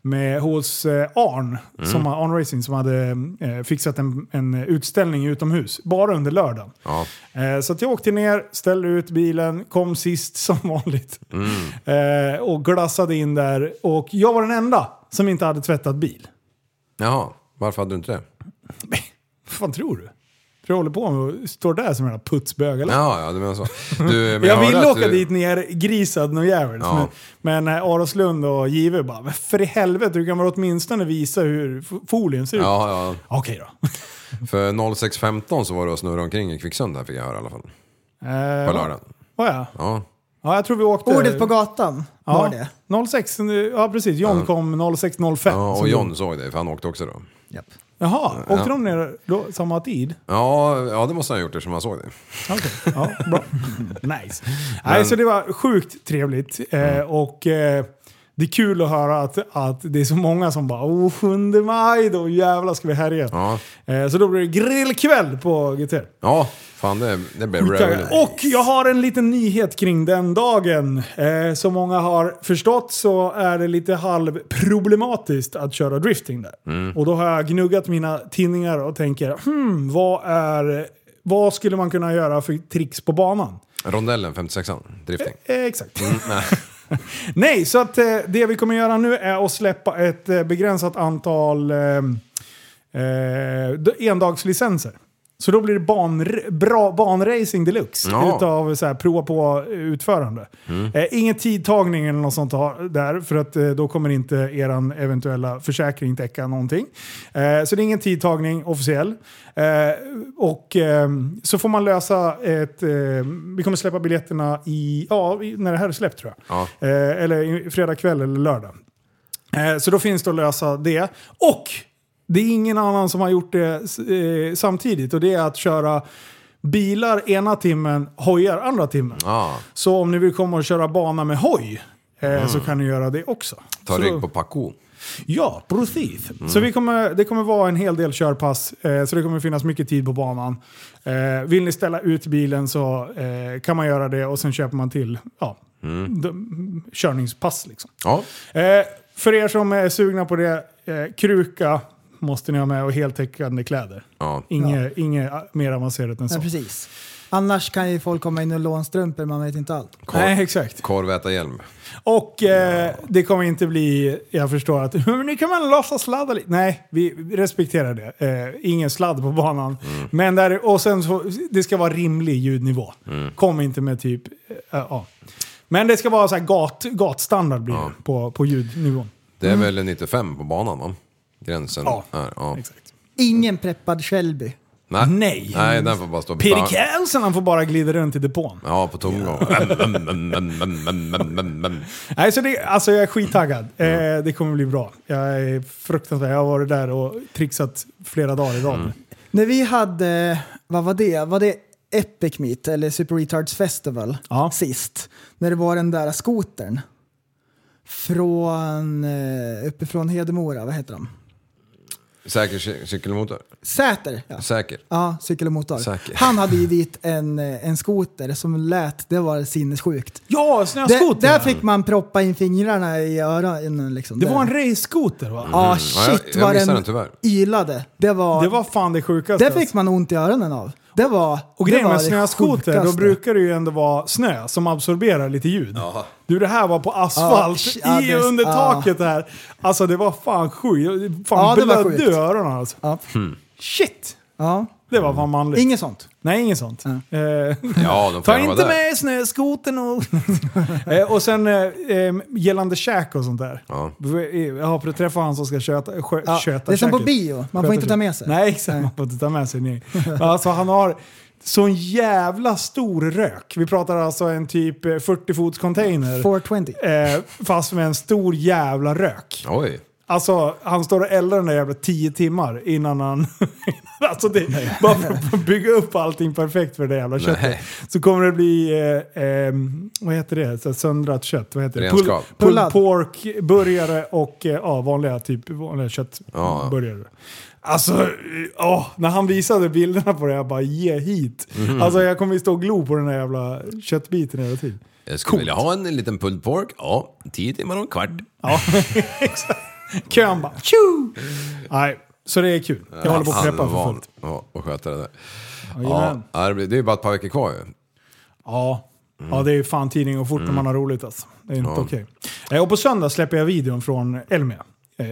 hos Arn Racing som hade fixat en utställning utomhus. Bara under lördagen. Ja. Så att jag åkte ner, ställde ut bilen, kom sist som vanligt. Och glassade in där. Och jag var den enda som inte hade tvättat bil. Jaha, varför hade du inte det? Vad fan tror du? Jag håller på med och står där som en putsbög eller? Ja, det menar så. Men jag vill åka dit ner grisad och jävligt. Ja. Men Aroslund och Give bara, men för i helvete, du kan väl åtminstone visa hur folien ser ut. Ja. Okej då. För 06.15 så var det att snurra omkring i Kvicksund här, fick jag höra i alla fall. På lördagen. Ja. Ja, jag tror vi åkte... Ordet på gatan var det. 06, ja precis. John kom 06.05. Ja, och John såg det, för han åkte också då. Japp. Jaha, åkte de ner då, samma tid? Ja, det måste han ha gjort det som han såg det. Okej, ja, bra. Nice. Nej, så det var sjukt trevligt. Och det är kul att höra att det är så många som bara 7 maj, då jävlar ska vi härja. Ja. Så då blir det grillkväll på GT. Ja, fan det blev roligt. Och jag har en liten nyhet kring den dagen. Som många har förstått så är det lite halvproblematiskt att köra drifting där. Och då har jag gnuggat mina tinningar och tänker, vad skulle man kunna göra för tricks på banan? Rondellen 56an, drifting. Exakt. Nej, så att det vi kommer göra nu är att släppa ett begränsat antal endagslicenser. Så då blir det banracing deluxe utav så här, prova på utförande. Ingen tidtagning eller något sånt där, för att då kommer inte eran eventuella försäkring täcka någonting. Så det är ingen tidtagning officiell. Och så får man lösa vi kommer släppa biljetterna när det här är släppt tror jag. Ja. Eller fredag kväll eller lördag. Så då finns det att lösa det. Och det är ingen annan som har gjort det samtidigt. Och det är att köra bilar ena timmen, hojar andra timmen. Så om ni vill komma och köra bana med hoj så kan ni göra det också. Ta rygg på Paco. Ja, precis. Så det kommer vara en hel del körpass. Så det kommer finnas mycket tid på banan. Vill ni ställa ut bilen så kan man göra det. Och sen köper man till körningspass. Liksom. Ja. För er som är sugna på det, kruka måste ni ha med och heltäckande kläder. Ja. Inget mer avancerat än så. Ja, precis. Annars kan ju folk komma in och lånstrumpor, man vet inte allt. Nej, exakt. Korvätarhjälm. Och det kommer inte bli, jag förstår att nu kan man låtsas sladda lite. Nej, vi respekterar det. Ingen sladd på banan. Men och sen så, det ska vara rimlig ljudnivå. Kom inte med typ... Men det ska vara så här gatstandard blir det på ljudnivån. Det är väl 95 på banan, va? Gränsen. Ja, exakt. Ingen preppad Shelby. Nej, den får bara stå på. Peter Kelsen, han får bara glida runt i depån. Ja, på tomgång. Nej, så jag är skittaggad. Det kommer bli bra. Jag är fruktansvärd. Jag har varit där och trixat flera dagar i rad. När vi hade, vad var det? Var det Epic Meet eller Super Retards Festival sist? När det var den där skotern uppifrån Hedemora, vad heter de? Säker cykelmotor. Säter, ja. Säker. Ja, cykel och motor. Säker. Han hade ju dit en skoter som lät, det var sinnessjukt. Ja, snöskoter. Där fick man proppa in fingrarna i öronen liksom. Det var en raceskoter, va? Ja, shit, jag vad den tyvärr. Ylade. Det var fan det sjukaste. Det fick man ont i öronen av. Och grejen med snöskoter, då brukar det ju ändå vara snö som absorberar lite ljud. Jaha. Du, det här var på asfalt under taket här. Alltså det var fan sjukt. Fan blödde i öronen alltså. Ja. Shit! Ja. Det var fan manligt. Inget sånt. Nej, inget sånt. Ta inte med snöskoten och sen gällande käk och sånt där. Ja. Jag har träffat han som ska köta det är som på bio. Man får inte ta med sig. Nej, exakt. Man får inte ta med sig. Nej. Alltså han har sån jävla stor rök. Vi pratar alltså en typ 40-fots container. 420. Fast med en stor jävla rök. Oj. Alltså, han står och eldar den där jävla 10 timmar innan han... alltså, bara för att bygga upp allting perfekt för det jävla köttet. Nej. Så kommer det bli... vad heter det? Så söndrat kött. Vad heter det? Pulled pork, burgare och vanliga köttburgare. Alltså, när han visade bilderna på det, jag bara, ge hit. Alltså, jag kommer stå och glo på den där jävla köttbiten hela tiden. Jag skulle vilja ha en liten pulled pork. Ja, 10 timmar och en kvart. Ja, exakt. Kön bara, tju! Nej, så det är kul. Jag håller på att preppa för fullt. Ja, och sköta det där. Ja, Det är ju bara ett par veckor kvar ju. ja, det är fan tidning och fort när man har roligt alltså. Det är inte okej. Och på söndag släpper jag videon från Elmia.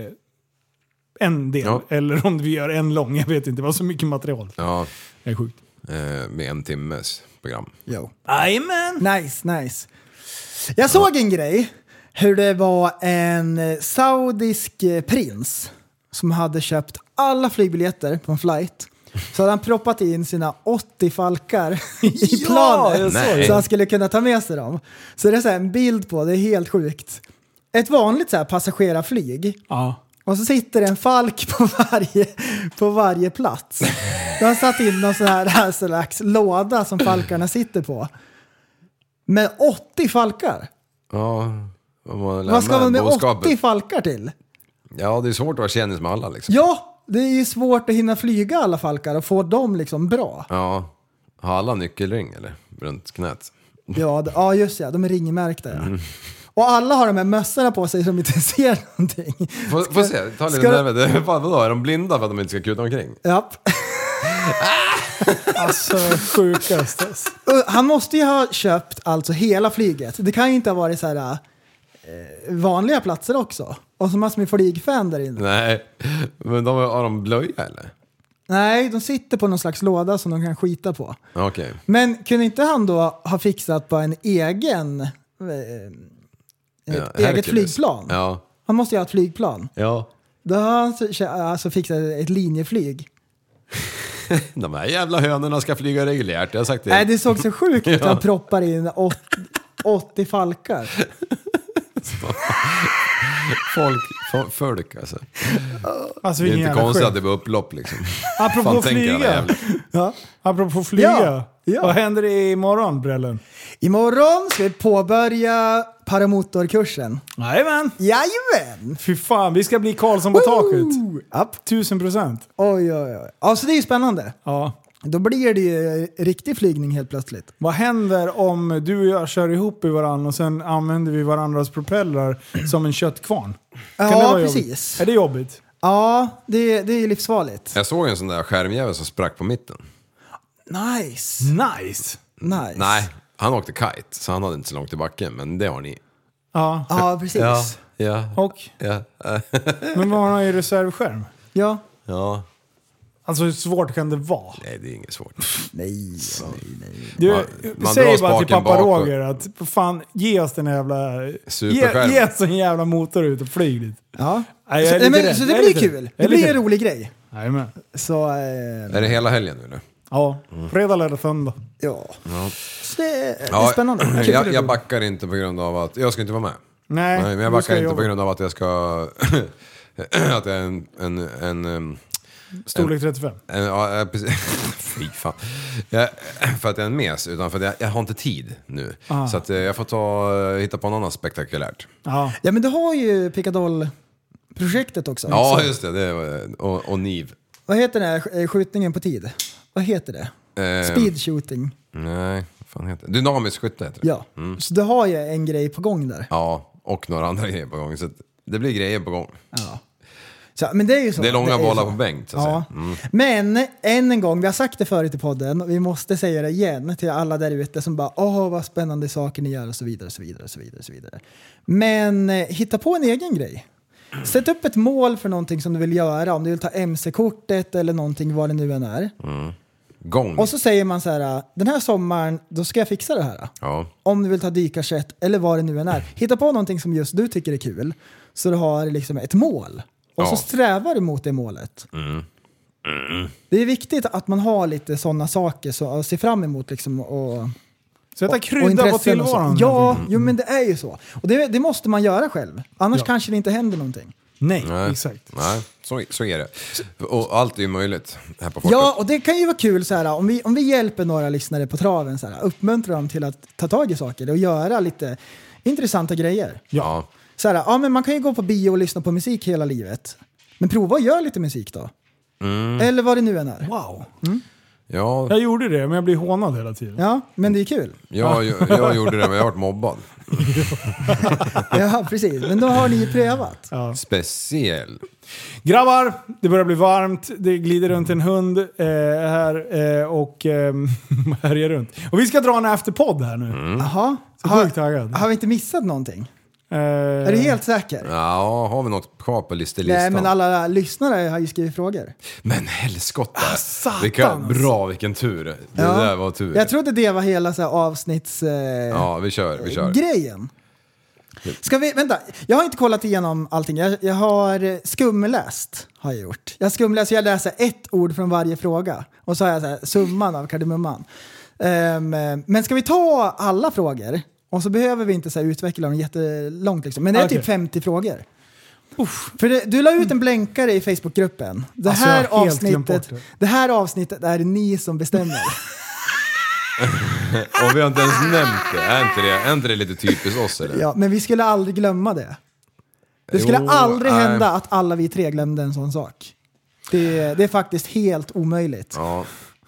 En del, eller om vi gör en lång, jag vet inte, det var så mycket material. Ja. Det är sjukt. Med 1 timmes program. Jo. Jajamän! Nice. Jag såg en grej. Hur det var en saudisk prins som hade köpt alla flygbiljetter på en flight. Så hade han proppat in sina 80 falkar i planet så han skulle kunna ta med sig dem. Så det är så här en bild på, det är helt sjukt. Ett vanligt så här passagerarflyg. Ja. Och så sitter det en falk på varje plats. De har satt in någon sån här slags låda som falkarna sitter på. Med 80 falkar. Ja. Vad ska man med 80 falkar till? Ja, det är svårt att vara kändis med alla liksom. Ja, det är ju svårt att hinna flyga alla falkar och få dem liksom bra. Ja. Har alla nyckelring eller? Runt knät. Ja, just det. De är ringmärkta, ja. Och alla har de här mössorna på sig som inte ser någonting. Får se, ta lite närmare. Vadå, är de blinda för att de inte ska kuta omkring? Japp. Alltså, sjukast. Han måste ju ha köpt alltså hela flyget. Det kan ju inte ha varit så här vanliga platser också. Och så massor med flygfan där inne. Nej, men har de blöja eller? Nej, de sitter på någon slags låda som de kan skita på. Okej. Men kunde inte han då ha fixat på en egen eget flygplan? Ja. Han måste ju ha ett flygplan. Ja. Då har han alltså fixat ett linjeflyg. De här jävla hönorna ska flyga reguljärt, jag har sagt det. Nej, det såg så sjukt ut. Han proppar in 80 falkar. Folk alltså. Alltså, det är inte konstigt att det blir upplopp liksom. Apropå flyga. Ja. Apropå flyga. Ja. Vad händer imorgon, Brällen? Imorgon ska vi påbörja paramotorkursen. Jajamän! Fy fan, vi ska bli Karlsson på taket. Upp. 1000%. Oj. Alltså det är ju spännande. Ja. Då blir det ju riktig flygning helt plötsligt. Vad händer om du och jag kör ihop i varandra och sen använder vi varandras propellrar som en köttkvarn? Ja, precis. Är det jobbigt? Ja, det är livsfarligt. Jag såg en sån där skärmjävel som sprack på mitten. Nice. Nej, han åkte kite så han hade inte så långt i backen, men det har ni. Ja, precis. Ja. Och? Ja. Men vad har han i reservskärm? Ja. Alltså hur svårt kan det vara? Nej, det är inget svårt. Nej. Du man säger drar bara till spaken pappa bakåt. Roger att ge oss den jävla... Superskärm. Ge oss en jävla motor ut och flyg dit. Ja. Nej, Så det blir kul. Det blir en rolig grej. Jajamän. Så... Är det hela helgen nu eller? Ja, fredag, lördag, söndag. Ja. Så det är spännande. Jag backar inte på grund av att... Jag ska inte vara med. Nej, men jag backar inte på grund av att jag ska... att jag är en storlek 35. Ja, precis. Fy fan. För att jag är en mes, utan för att jag har inte tid nu. Så att jag får hitta på något annat spektakulärt. Ja, men du har ju Picadol-projektet också. Ja, just det och NIV. Vad heter den här skjutningen på tid? Vad heter det? Speed shooting. Nej, vad fan heter det? Dynamisk skytte heter det. Ja, så du har ju en grej på gång där. Ja, och några andra grejer på gång. Så det blir grejer på gång. Ja. Så, men det är ju så. Det är långa bollar på bänk, så att säga. Men än en gång, vi har sagt det förut i podden och vi måste säga det igen till alla där ute som bara vad spännande saker ni gör och så vidare. Men hitta på en egen grej. Sätt upp ett mål för någonting som du vill göra, om du vill ta MC-kortet eller någonting, vad det nu än är. Gång. Och så säger man så här: den här sommaren då ska jag fixa det här. Ja. Om du vill ta dykarsätt eller vad det nu än är. Hitta på någonting som just du tycker är kul, så du har liksom ett mål. Och så strävar du mot det målet. Det är viktigt att man har lite sådana saker så att se fram emot liksom, och sätta krydda på tillvaron. Ja, men det är ju så. Och det måste man göra själv. Annars kanske det inte händer någonting. Nej, exakt. Nej, så är det. Och allt är ju möjligt här på Fortet. Ja, och det kan ju vara kul så här, om vi hjälper några lyssnare på traven så här, uppmuntrar dem till att ta tag i saker och göra lite intressanta grejer. Ja. Så här, men man kan ju gå på bio och lyssna på musik hela livet. Men prova att göra lite musik då. Eller vad det nu än är. Wow. Ja, Jag gjorde det, men jag blir hånad hela tiden. Ja, men det är kul. jag gjorde det, men jag har varit mobbad. Ja, precis. Men då har ni ju prövat. Speciell. Grabbar, det börjar bli varmt. Det glider runt en hund här och härjar runt. Och vi ska dra en afterpodd här nu. Jaha. Så sjukt taggad. Har vi inte missat någonting? Är du helt säker? Ja, har vi något kvar på listan? Nej, men alla lyssnare har ju skrivit frågor. Men helskotta. satan. Vilken tur. Det där var tur. Jag trodde det var hela så här avsnitts... Ja, vi kör. Grejen. Ska vi, vänta, jag har inte kollat igenom allting. Jag har skumläst, har jag gjort. Jag har skumläst, jag läser ett ord från varje fråga. Och så har jag så här, summan av kardemumman. Men ska vi ta alla frågor? Och så behöver vi inte så här utveckla dem jättelångt liksom. Men det är typ 50 frågor. För du la ut en blänkare i Facebookgruppen. Det här avsnittet är ni som bestämmer. Och vi har inte ens nämnt det. Är inte det lite typiskt oss eller? Ja, men vi skulle aldrig glömma det. Det skulle aldrig hända att alla vi tre glömde en sån sak. Det är faktiskt helt omöjligt. Ja.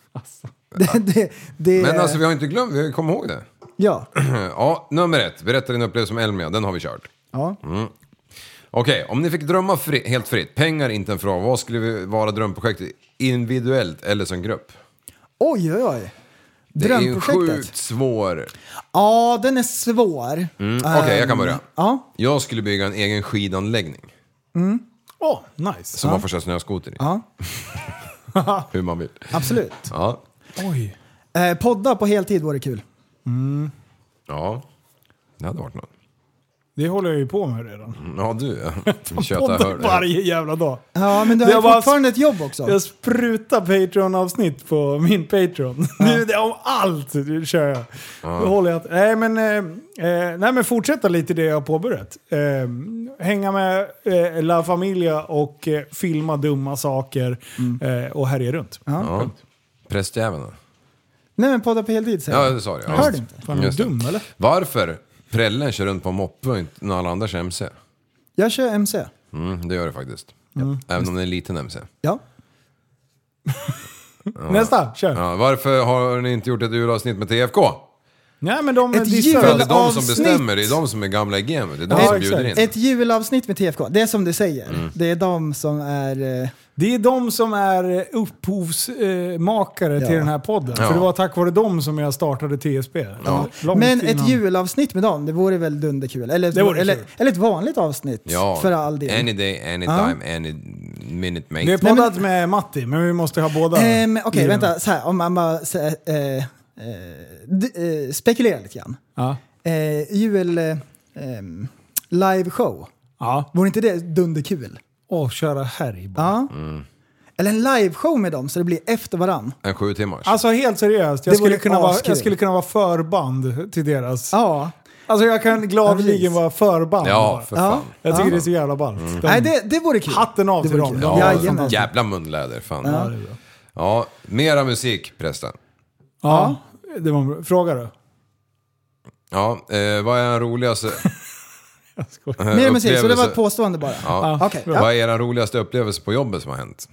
Det, Men alltså vi har inte glömt, vi kommer ihåg det. Ja. Ja, nummer 1. Berätta din upplevelse som Elmia, den har vi kört. Ja. Okej, om ni fick drömma helt fritt, pengar inte en fråga, vad skulle vara drömprojektet? Individuellt eller som grupp? Oj. Det är ju Drömprojektet. sjukt svår. Ja, den är svår. Okej, jag kan börja. Ja. Jag skulle bygga en egen skidanläggning. Nice. Som man får köra snöskoter i. Ja. Hur man vill. Absolut. Ja. Oj. Podda på heltid vore kul. Ja. Det hade varit något. Det håller jag ju på med redan. Ja, du. Poddar varje jävla dag. Ja, men du har ju fortfarande ett jobb också. Jag sprutar Patreon-avsnitt på min Patreon. Nu, det är om allt du kör jag. Då håller jag. Nej men fortsätta lite det jag har påbörjat. Hänga med La Familia och filma dumma saker och härja runt. Ja. Prästjäveln då? Nej, men podda på heltid säger Ja, jag. det sa jag. Hör du inte? Fan, är du dum eller? Varför prällen kör runt på moppe och inte när alla andra kör MC? Jag kör MC. Det gör det faktiskt. Även om det är en liten MC. Ja. Nästa, kör. Ja, varför har ni inte gjort ett julavsnitt med TFK? Nej, men de Ett dissar. För att det är de som Avsnitt. bestämmer, det är de som är gamla i gamet. Det är de Ja, som exakt. bjuder in. Ett julavsnitt med TFK. Det är som du säger. Det är de som är... Det är de som är upphovsmakare till den här podden. Ja. För det var tack vare dem som jag startade TSB. Långt Men innan. ett julavsnitt med dem, det vore väl dunderkul. Eller, Det vore eller, kul. eller ett vanligt avsnitt för all del. Any day, any time, any minute mate. Vi har poddat med Matti, men vi måste ha båda. Okej, vänta. Så här, om man bara spekulerar lite grann. Ja. Liveshow. Ja. Vore inte det dunderkul? Köra härj bara. Ja. Eller en liveshow med dem så det blir efter varann. En 7 timmars. Alltså helt seriöst. Det vore askul. Jag skulle kunna vara förband till deras. Ja. Alltså jag kan gladeligen vara förband. Ja, för fan. Jag tycker det är så jävla ballt. Nej, det vore kul. Hatten av Det till vore dem. kul. De är Jajamän. fantastiska. Jävla munläder, fan. Ja, det är bra. Ja, mera musik, prästen. Ja, det var en bra fråga då. Ja, vad är den roligaste... Mer musik, så det var upplevelse? ett påstående bara. Ja. Okej, ja. Vad är er roligaste upplevelse på jobbet som har hänt?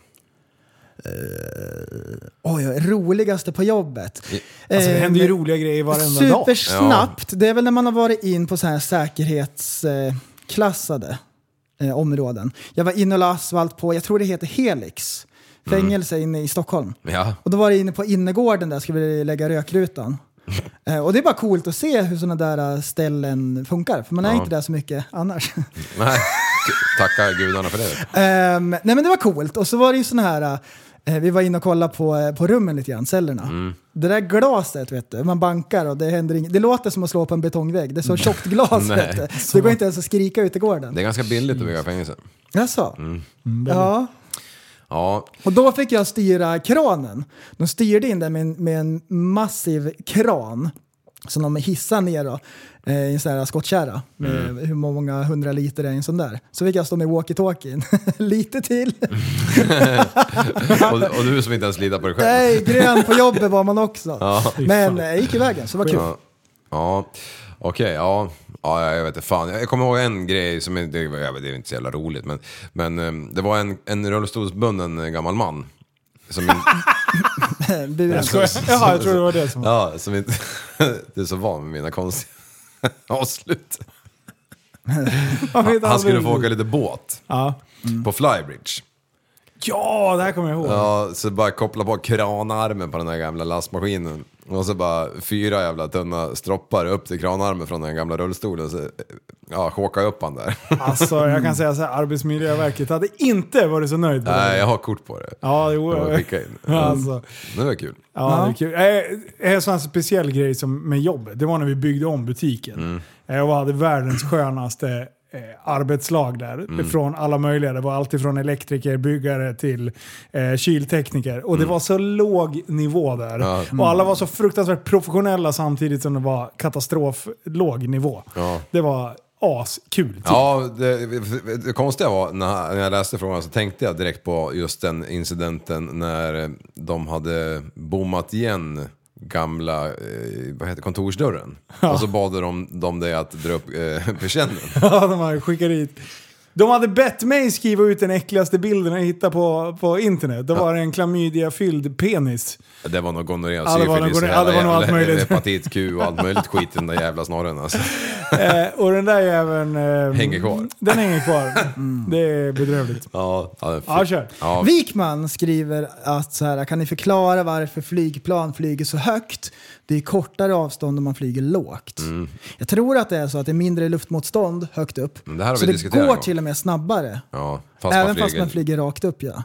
Roligaste på jobbet. Alltså det händer ju roliga grejer varenda dag. Supersnabbt. Det är väl när man har varit in på så här säkerhetsklassade områden. Jag var inne och la asfalt på, jag tror det heter Helix. Fängelse inne i Stockholm. Ja. Och då var det inne på innergården där skulle vi lägga rökrutan. Och det är bara coolt att se hur sådana där ställen funkar. För man är inte där så mycket annars. Nej, tacka gudarna för det. Nej men det var coolt. Och så var det ju sådana här... vi var inne och kollade på rummen lite grann, cellerna. Det där glaset, vet du, man bankar och det händer inget. Det låter som att slå på en betongvägg. Det är så tjockt glas, vet du. Så det går inte ens att skrika ut i gården. Det är ganska billigt att bygga fängelse. Jaså? Ja. Ja, Och då fick jag styra kranen. De styrde in den med en massiv kran som de hissade ner då, i en sån här skottkärra. Med hur många 100 liter är en sån där. Så fick jag stå med walkie-talkien. Lite till. och du som inte ens litar på dig själv. Nej, grön på jobbet var man också. Men jag gick i vägen, så det var kul. Ja, okej, ja, jag vet inte fan. Jag kommer ihåg en grej som det är inte så jävla roligt, men det var en rullstolsbunden gammal man Jag tror det var det som... Ja, som inte... Du är så van med mina konstiga avslut. Han skulle få åka lite båt. Ja. På Flybridge. Ja, det här kommer jag ihåg. Ja, så bara koppla på kranarmen på den här gamla lastmaskinen. Och så bara 4 jävla tunna stroppar upp till kranarmen från den gamla rullstolen. Så, ja, chocka upp han där. Alltså, jag kan säga så här, Arbetsmiljöverket hade inte varit så nöjd med det. Nej, jag har kort på det. Ja, jo. Jag skicka in. Alltså. Det var kul. Ja, det är kul. En sån här speciell grej som med jobbet, det var när vi byggde om butiken. Jag hade världens skönaste arbetslag där. Från alla möjliga. Det var alltid från elektriker, byggare till kyltekniker. Och det var så låg nivå där. Ja. Och alla var så fruktansvärt professionella samtidigt som det var katastroflåg nivå. Ja. Det var askul. Ja, det konstiga var när jag läste frågan så tänkte jag direkt på just den incidenten när de hade bommat igen gamla kontorsdörren. Ja. Och så bad de dig att dra upp persiannen. Ja, de hade skickat dit. De hade bett mig skriva ut den äckligaste bilden jag hittade på internet. Det var en klamydia-fylld penis. Det var nog gonorré, syfilis, det var nog allt möjligt. Hepatit Q och allt möjligt skit i den där jävla snorren alltså. Och den där jäveln hänger kvar. Den hänger kvar. Det är bedrövligt. Ja, kör. Ja. Wikman skriver att så här, kan ni förklara varför flygplan flyger så högt? Det är kortare avstånd om man flyger lågt. Jag tror att det är så att det är mindre luftmotstånd högt upp. Det här har så vi det går till och med snabbare. Ja, fast man flyger rakt upp, ja.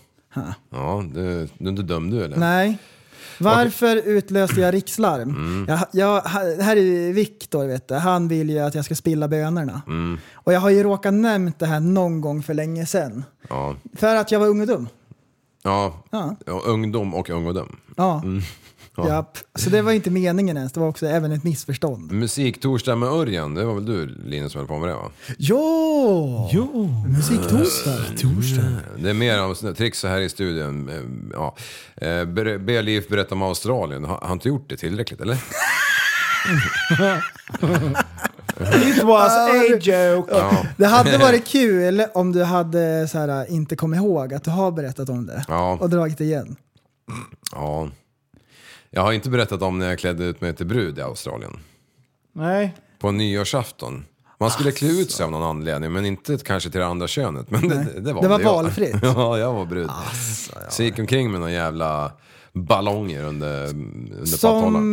Ja, du är inte dum du eller? Nej. Varför utlöste jag rikslarm? Här är Viktor, vet du. Han vill ju att jag ska spilla bönorna. Och jag har ju råkat nämnt det här någon gång för länge sedan. Ja. För att jag var ung och dum. Ja. Ungdom och ung och dum. Ja. Japp. Så det var inte meningen ens. Det var också även ett missförstånd. Musiktorsdag med Örjan. Det var väl du, Linus, som höll på med det, va? Jo! Musiktorsdag. Det är mer om tricks här i studion. Ja. Be Liv berätta om Australien. Har han inte gjort det tillräckligt, eller? It was a joke. Ja. Det hade varit kul om du hade så här, inte kommit ihåg att du har berättat om det. Och dragit det igen. Ja. Jag har inte berättat om när jag klädde ut mig till brud i Australien. Nej. På nyårsafton. Man skulle klä ut sig av någon anledning, men inte kanske till det andra könet. Men det var valfritt. Ja, jag var brud. Så gick omkring med några jävla ballonger under som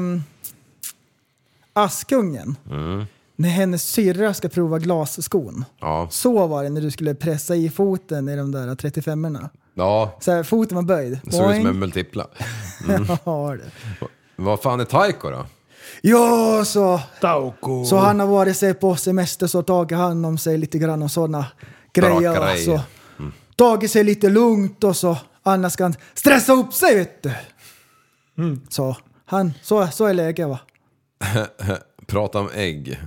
Askungen. När hennes syrra ska prova glasskon. Ja. Så var det när du skulle pressa i foten i de där 35-erna. Ja. Så här, foten var böjd. Det såg ut som en multipla. Ja, det. Vad fan är Taiko då? Ja, så han har varit sig på semester så tagit han om sig lite grann och sådana grejer. Alltså. Tagit sig lite lugnt och så annars kan han stressa upp sig, vet du. Så är läget, va? Prata om ägg.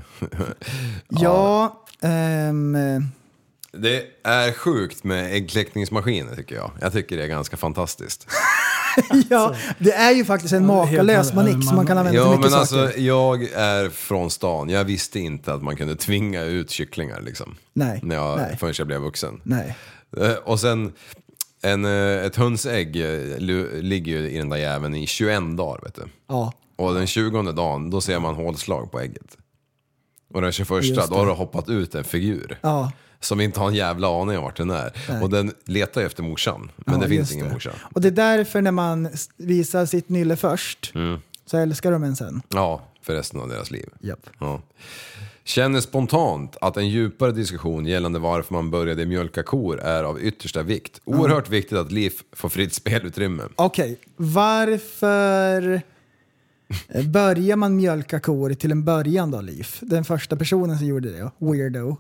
Det är sjukt med äggkläckningsmaskiner, tycker jag. Jag tycker det är ganska fantastiskt. Ja, det är ju faktiskt en makalös manik som man kan använda till mycket men saker. Alltså, jag är från stan. Jag visste inte att man kunde tvinga ut kycklingar liksom. Nej. Förrän jag blev vuxen. Nej. Och sen ett hönsägg ligger ju i den där jäveln i 21 dagar, vet du. Ja. Och den 20:e dagen, då ser man hålslag på ägget. Och den 21:a, då har det hoppat ut en figur. Ja. Som inte har en jävla aning om vart den är. Nej. Och den letar ju efter morsan. Men det finns ingen morsan. Och det är därför när man visar sitt nylle först så älskar de en sen. Ja, för resten av deras liv. Japp. Ja. Känner spontant att en djupare diskussion gällande varför man började mjölka kor är av yttersta vikt. Oerhört viktigt att Liv får fritt spelutrymme. Okej, varför börjar man mjölka kor till en början då, Liv? Den första personen som gjorde det, weirdo.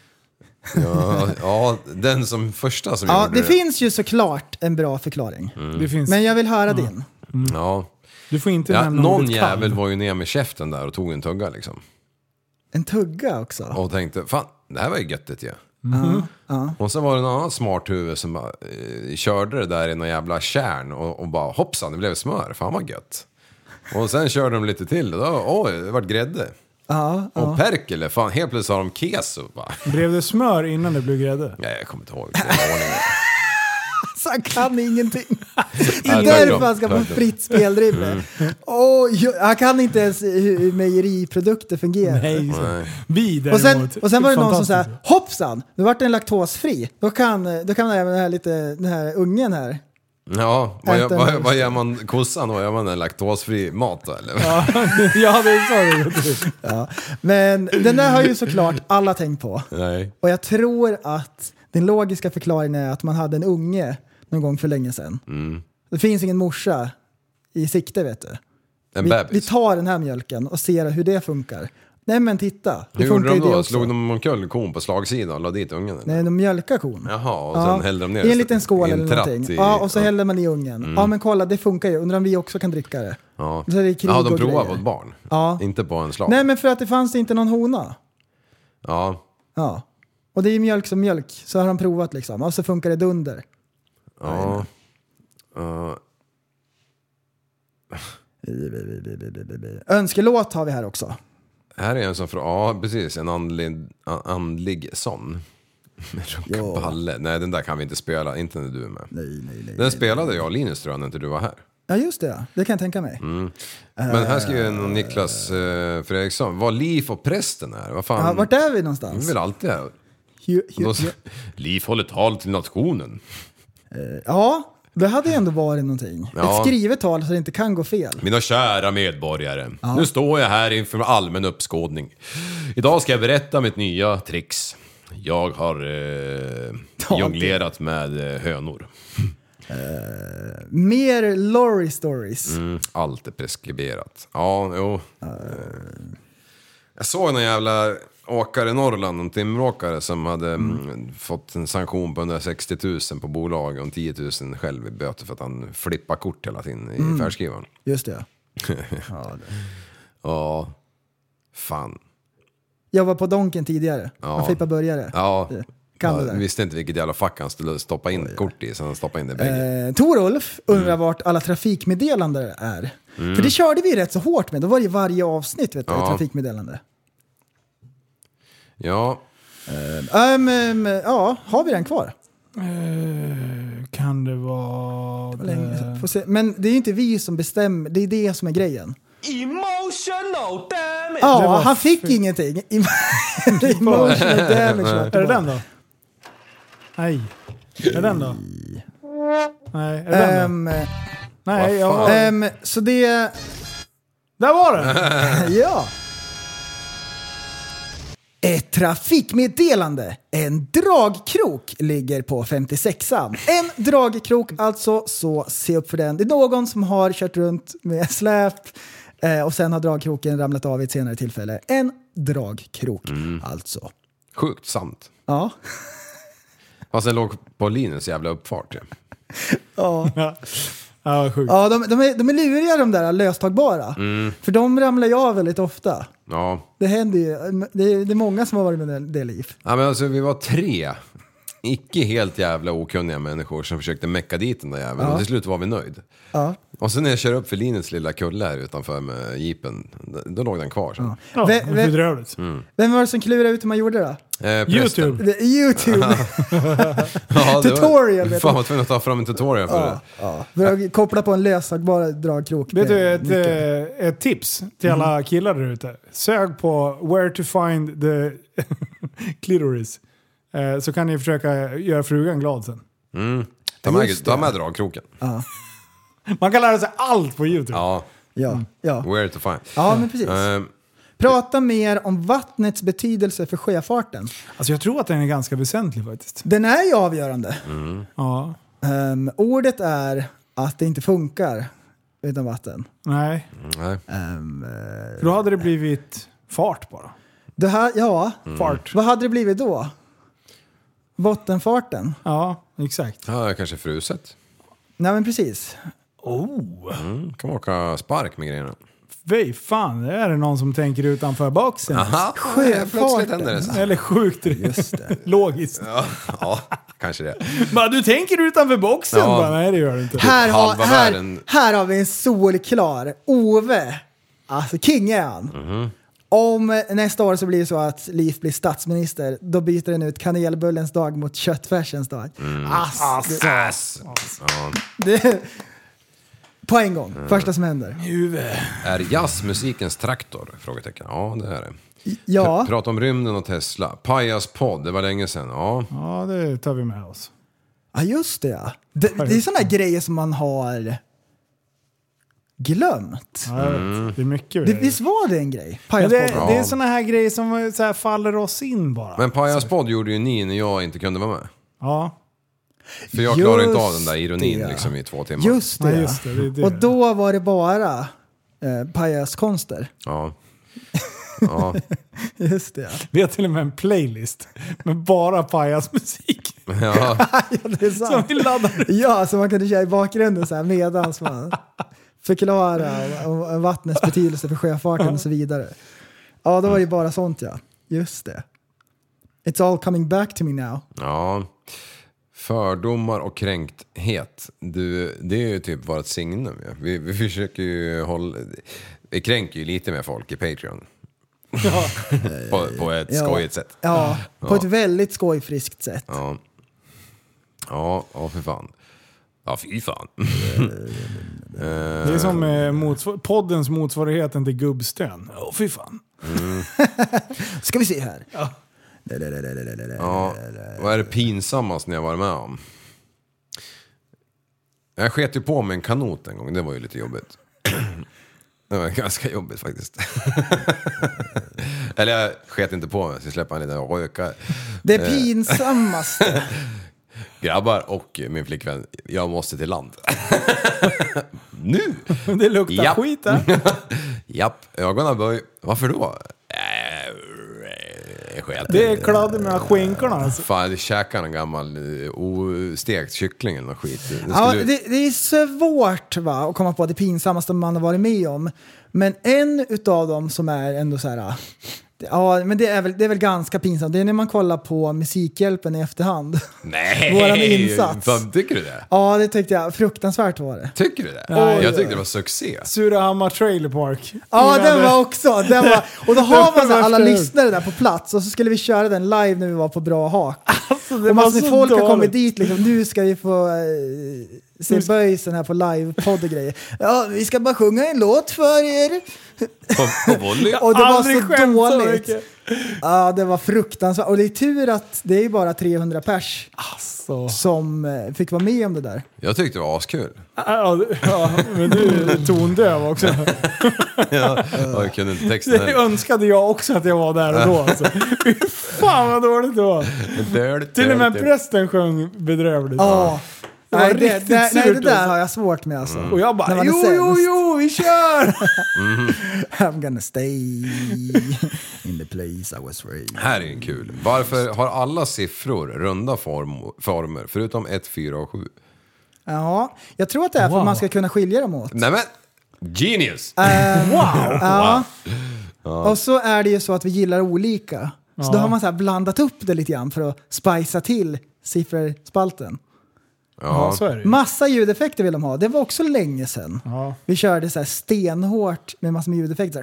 Ja, den första som gjorde det. Det finns ju såklart en bra förklaring. Det finns. Men jag vill höra din. Ja. Du får inte nämna någon jävel var ju ner med käften där och tog en tugga liksom. En tugga också? Och tänkte, fan, det här var ju göttigt ju. Och sen var det en annan smart huvud som bara, körde det där i någon jävla kärn och bara hoppsan, det blev smör, fan vad gött. Och sen körde de lite till och då, det var grädde. Och perkele, fan, helt plötsligt har de keso. Blev det smör innan det blev grädde? Nej, jag kommer inte ihåg. Så han kan ingenting. Det är därför han ska få fritt spelrimme. Han kan inte ens hur mejeriprodukter fungerar. Nej. Och sen var det någon som sa, hoppsan, nu vart den laktosfri. Då kan även den här ungen här. Ja, vad gör man kossan? Vad gör man en laktosfri mat då, eller? Ja, det är så. Ja. Men den där har ju såklart alla tänkt på. Nej. Och jag tror att den logiska förklaringen är att man hade en unge någon gång för länge sedan. Det finns ingen morsa i sikte, vet du. Vi tar den här mjölken och ser hur det funkar. Nej, men titta. Hur gjorde de då? Slog de omkull kon på slagsidan och la dit ungen? Eller? Nej, de mjölkar kon. Jaha, och sen hällde de ner i en liten skål eller någonting. Ja, och så hällde man i ungen. Ja, men kolla, det funkar ju. Undrar om vi också kan dricka det. Ja, så är det krig de provar på ett barn. Ja. Inte på en slag. Nej, men för att det fanns inte någon hona. Ja. Ja. Och det är mjölk som mjölk. Så har de provat liksom. Och så funkar det dunder. Ja. Önskelåt har vi här också. Här är en som precis, en andlig sån. Balle. Nej, den där kan vi inte spela, inte när du är med. Nej. Den spelade jag och Linus, tror jag, när inte du var här. Ja, just det. Det kan jag tänka mig. Men här skriver Niklas Fredriksson. Vad Liv och prästen är. Vad fan? Ja, vart är vi någonstans? Vi vill alltid här. Liv håller tal till nationen. Ja, det hade ju ändå varit någonting. Ja. Ett skrivet tal så det inte kan gå fel. Mina kära medborgare, nu står jag här inför allmän uppskådning. Idag ska jag berätta mitt nya tricks. Jag har jonglerat med hönor. Mer Lorry stories. Allt är preskriberat. Ja, jo. Jag såg någon jävla åkare i Norrland, en timråkare som hade fått en sanktion på 160 000 på bolag och 10 000 själv i böter för att han flippar kort hela tiden i färdskrivaren. Just det. Ja, fan. Jag var på Donken tidigare. Man flippar burgare. Ja. Jag visste inte vilket jävla fack han skulle stoppa in kort i, så han stoppade in det i bägge. Torolf undrar vart alla trafikmeddelanden är. För det körde vi rätt så hårt med. Då var det varje avsnitt, vet du, trafikmeddelande. Ja. Har vi den kvar? Kan det vara... Får se. Men det är ju inte vi som bestämmer. Det är det som är grejen. Emotional damage! Ja, han fick ingenting. Emotional damage. Är det den då? Nej. Är det den då? Nej, är det den då? Nej, så det... Där var det! Ja. Ett trafikmeddelande. En dragkrok ligger på 56an. En dragkrok alltså, så se upp för den. Det är någon som har kört runt med släp och sen har dragkroken ramlat av i ett senare tillfälle. En dragkrok alltså. Sjukt sant. Ja. Fast den låg på Linus jävla uppfart. Ja. Ja, sjukt. Ja, de är luriga, de där löstagbara. För de ramlar ju av väldigt ofta. Ja. Det händer ju. Det är många som har varit med det liv. Ja, men alltså vi var 3 icke helt jävla okunniga människor som försökte mecka dit den där jäveln. Och till slut var vi nöjd. Ja. Och sen när jag kör upp för Linus lilla kulle här utanför med jeepen, då låg den kvar. Så. Ja, bedrövligt. Vem var det som klurade ut hur man gjorde det? YouTube. YouTube. Ja, Tutorial. Fan, man var tvungen att ta fram en tutorial för det. Ja. Börja koppla på en lösagbar dragkrok. Vet du, ett tips till alla killar där ute. Sök på where to find the clitoris. Så kan ni försöka göra frugan glad sen. Ta med dragkroken. Ja. Man kan lära sig allt på YouTube. Ja. Where to find. Ja, men precis. Prata mer om vattnets betydelse för sjöfarten. Alltså jag tror att den är ganska väsentlig faktiskt. Den är ju avgörande. Ja. Ordet är att det inte funkar utan vatten. Nej. För då hade det blivit fart bara. Det här, Fart. Vad hade det blivit då? Bottenfarten? Ja, exakt. Ja, kanske fruset. Nej, men precis. Kan man åka spark med grejerna. Fy fan, det är det någon som tänker utanför boxen. Aha, plötsligt händer det så. Eller sjukt. Just det. Logiskt. Ja, kanske det. Men du tänker utanför boxen? Ja. Bara, nej, det gör du inte. Här har vi en solklar Ove. Alltså, king är han. Om nästa år så blir det så att Liv blir statsminister, då byter den ut kanelbullens dag mot köttfärsens dag. Det, på en gång. Första som händer. Är jazzmusikens traktor? Frågetecken. Ja, det är det. Ja. Prata om rymden och Tesla. Pajaspodd, det var länge sedan. Ja, det tar vi med oss. Ja, just det. Det är sådana grejer som man har glömt. Ja, jag vet. Det är mycket grejer. Visst var det en grej? Det är sådana här grejer som så här faller oss in bara. Men Pajaspodd gjorde ju ni när jag inte kunde vara med. Ja. För jag klarar inte av den där ironin liksom i 2 timmar. Just det, just det. Och då var det bara pajaskonster. Ja. Just det. Vi har till och med en playlist med bara pajasmusik. Ja. Det är sant. Som vi laddar. Ja, så man kunde köra i bakgrunden så här medans man förklara om vattnets betydelse för sjöfarten och så vidare. Ja, då var det bara sånt, ja. Just det. It's all coming back to me now. Ja. Fördomar och kränkthet. Det är ju typ vårt signum. Ja. Vi försöker ju vi kränker ju lite med folk i Patreon. Ja. på ett skojigt sätt. Ja, på ett väldigt skojfriskt sätt. Ja, för fan. Ja, fy fan. Det är som poddens motsvarigheten till gubbstön. Fy fan. Ska vi se här. Ja. Ja, vad är det pinsammast ni har varit med om? Jag sket ju på med en kanot en gång. Det var ju lite jobbigt. Det var ganska jobbigt faktiskt. Eller jag sket inte på mig, så jag släpper en liten röka. Det pinsammaste. Grabbar och min flickvän, jag måste till land. Nu! Det luktar skit där. Japp, ögonen böj. Varför då? Det är kladd med skinkorna alltså. Fan, det käkar en gammal ostekt kyckling eller skit. Det är svårt att komma på det pinsammaste man har varit med om. Men en utav dem som är ändå så här... Ja, men det är väl ganska pinsamt. Det är när man kollar på Musikhjälpen i efterhand. Nej! Våran insats. Fan, tycker du det? Ja, det tyckte jag. Fruktansvärt var det. Tycker du det? Nej, jag tyckte det var succé. Surahammar Trailer Park. Ja, den var också. Och då har man så alla lyssnare där på plats. Och så skulle vi köra den live när vi var på Bra Hak. Alltså, och massor med folk har kommit dit liksom. Nu ska vi få... se böjsen här på live-podd och grejer. Ja, vi ska bara sjunga en låt för er. På volley. Och det var så dåligt. Ja, det var fruktansvärt. Och det är tur att det är bara 300 pers som fick vara med om det där. Jag tyckte det var askul. Ja, men du är tondöv också. Ja, jag kunde inte texten. Det önskade jag också att jag var där och då. Alltså. Fan vad dåligt det var. Till och med prästen sjöng bedrövligt. Ja. Nej, det där har jag svårt med alltså. Och jag bara, jo, vi kör! I'm gonna stay in the place I was raised. Här är kul. Varför har alla siffror runda former förutom 1, 4 och 7? Ja, jag tror att det är för att man ska kunna skilja dem åt. Nej men, genius! Ja. Och så är det ju så att vi gillar olika. Så då har man så här blandat upp det lite grann för att spicea till sifferspalten. Ja, så är det. Massa ljudeffekter vill de ha. Det var också länge sedan. Ja. Vi körde så här stenhårt med massor med ljudeffekter.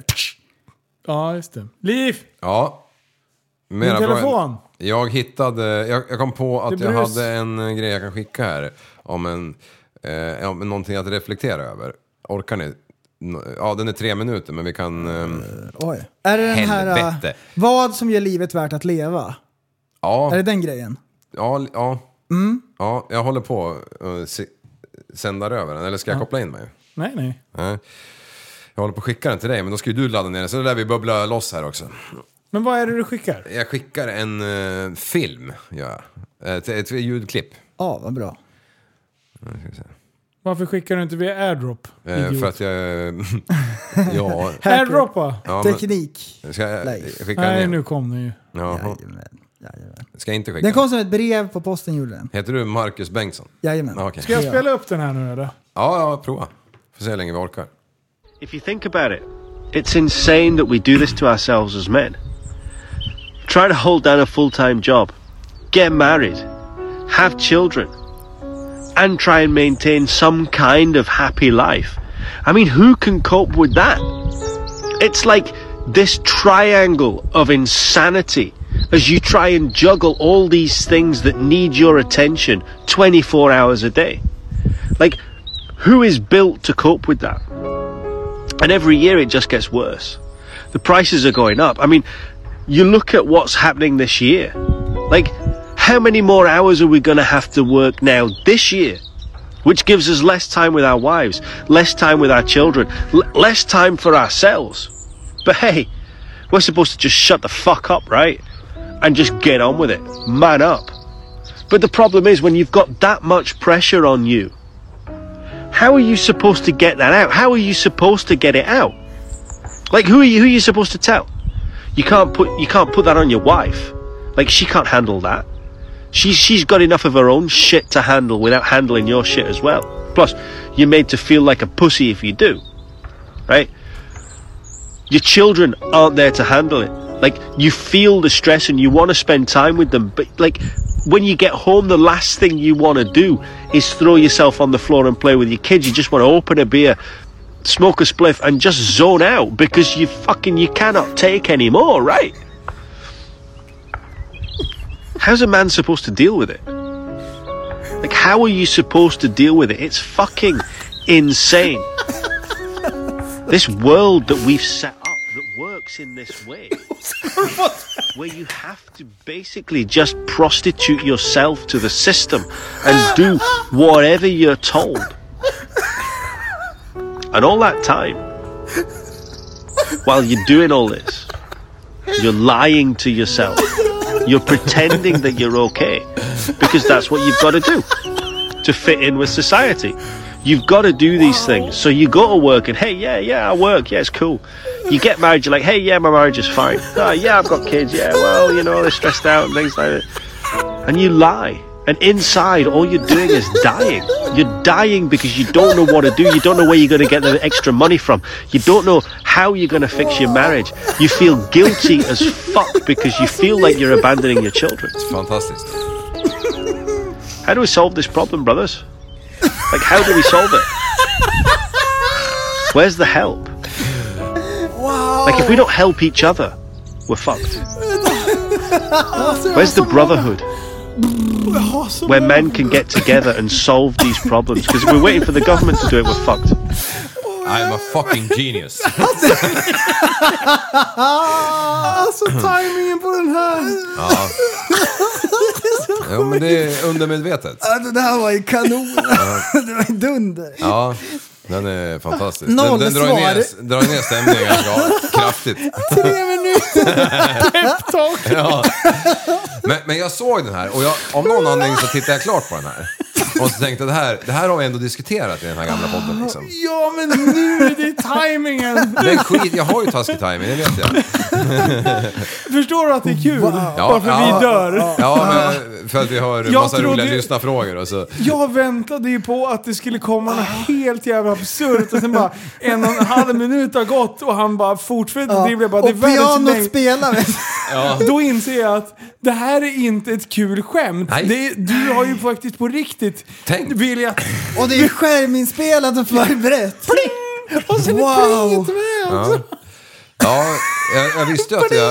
Ja, just det. Liv! Ja. Min telefon. Jag hittade... Jag kom på att jag hade en grej jag kan skicka här. Om någonting att reflektera över. Orkar ni? Ja, den är 3 minuter, men vi kan... Oj. Är det den helvete. här... vad som gör livet värt att leva? Ja. Är det den grejen? Ja. Ja, jag håller på att sända över den. Eller ska jag koppla in mig? Nej. Jag håller på att skicka den till dig, men då ska ju du ladda ner den. Så då lär vi bubbla loss här också. Men vad är det du skickar? Jag skickar en film, ett ljudklipp. Ja, vad bra. Varför skickar du inte via AirDrop? För att jag... ja. AirDroppa? Ja, teknik. Ska jag skicka Nej, den nu kom den ju. Jaha. Ska jag inte skicka den kom som ett brev på posten, gjorde den. Heter du Marcus Bengtsson? Jajamän. Okay. Ska jag spela upp den här nu eller? Ja, prova. Får se hur länge vi orkar. If you think about it, it's insane that we do this to ourselves as men. Try to hold down a full-time job, get married, have children, and try and maintain some kind of happy life. I mean, who can cope with that? It's like this triangle of insanity as you try and juggle all these things that need your attention 24 hours a day. Like, who is built to cope with that? And every year it just gets worse. The prices are going up. I mean, you look at what's happening this year. Like, how many more hours are we going to have to work now this year? Which gives us less time with our wives, less time with our children, less time for ourselves. But hey, we're supposed to just shut the fuck up, right? And just get on with it. Man up. But the problem is, when you've got that much pressure on you, how are you supposed to get that out? How are you supposed to get it out? Like, who are you supposed to tell? You can't put that on your wife. Like, she can't handle that. She's got enough of her own shit to handle without handling your shit as well. Plus, you're made to feel like a pussy if you do. Right? Your children aren't there to handle it. Like, you feel the stress and you want to spend time with them, but like, when you get home, the last thing you want to do is throw yourself on the floor and play with your kids. You just want to open a beer, smoke a spliff, and just zone out because you cannot take any more, right? How's a man supposed to deal with it? Like, how are you supposed to deal with it? It's fucking insane. This world that we've set up that works in this way, where you have to basically just prostitute yourself to the system and do whatever you're told. And all that time, while you're doing all this, you're lying to yourself. You're pretending that you're okay, because that's what you've got to do to fit in with society. You've got to do these things. So you go to work and, hey, yeah, I work. Yeah, it's cool. You get married, you're like, hey, yeah, my marriage is fine. Oh, yeah, I've got kids. Yeah, well, you know, they're stressed out and things like that. And you lie. And inside, all you're doing is dying. You're dying because you don't know what to do. You don't know where you're going to get the extra money from. You don't know how you're going to fix your marriage. You feel guilty as fuck because you feel like you're abandoning your children. It's fantastic. How do we solve this problem, brothers? Like, how do we solve it? Where's the help? Wow. Like, if we don't help each other, we're fucked. Where's the brotherhood? Where men can get together and solve these problems. Because if we're waiting for the government to do it, we're fucked. I'm a fucking genius. Alltså tajmingen på den här. Ja. Ja, men det är undermedvetet. Ja, det där var ju kanon. Det var ju dunder. Ja, den är fantastisk. Noll Den drar ner stämningen ganska kraftigt. 3 minuter. Peptalk. Ja. Men jag såg den här och av någon anledning så tittade jag klart på den här. Och så tänkte jag, det här har vi ändå diskuterat i den här gamla podden liksom. Ja, men nu är det tajmingen. Det är skit, jag har ju taskig timing, det vet jag. Förstår du att det är kul? Ja, Varför vi dör? Ja, men för att vi har massa roliga lyssnarfrågor och så. Jag väntade ju på att det skulle komma något helt jävla absurt och sen bara 1,5 minut har gått och han bara fortsätter dribbla. Bara, och pianot spelar. Ja. Då inser jag att det här är inte ett kul skämt. Du har ju faktiskt på riktigt velat... Och det är skärminspelat och förberett. Pling! Och sen är plinget med också. Ja, jag visste ju att jag...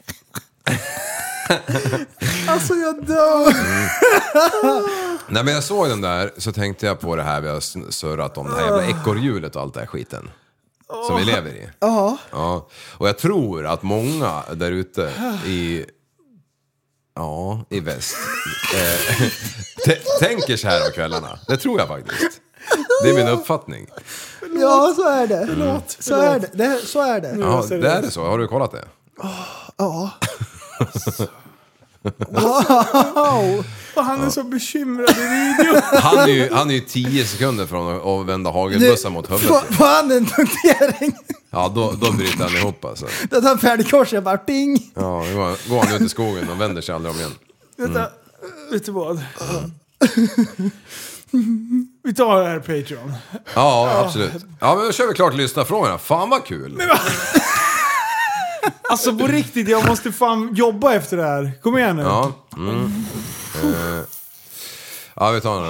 Alltså jag dör. Nej, men jag såg den där så tänkte jag på det här vi har surrat om, det här jävla ekorrhjulet och allt det här skiten som vi lever i. Ja. Och jag tror att många där ute i väst tänker så här om kvällarna. Det tror jag faktiskt. Det är min uppfattning. Ja, så är det. Så är det. Så är det. Ja, det är det så. Har du kollat det? Ja. Wow. Och han är så bekymrad i videon. Han är ju 10 sekunder från att vända hagelbussar mot huvudet. Får han en punktering? Ja, då bryter han ihop alltså. Då tar han färdigkorset bara ping. Ja, då går han ut i skogen och vänder sig aldrig om igen. Vet du vad? Vi tar det här Patreon. Ja, absolut. Ja, men då kör vi klart lyssnarfrågorna. Fan vad kul. Alltså på riktigt, jag måste fan jobba efter det här. Kom igen nu. Ja, ja, vi tar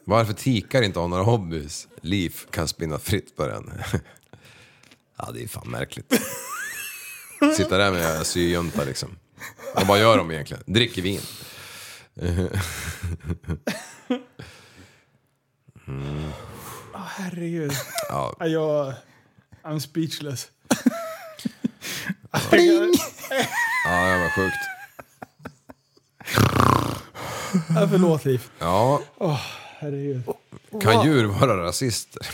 Varför tikar inte har några hobbys? Liv kan spinna fritt på den. Ja, det är fan märkligt. Sitta där med syjunta liksom. Och vad gör de egentligen? Dricker vin. Herregud. Ja. I'm speechless. Ja, det var sjukt. Förlåt, Liv. Ja. Herregud. Kan djur vara rasister?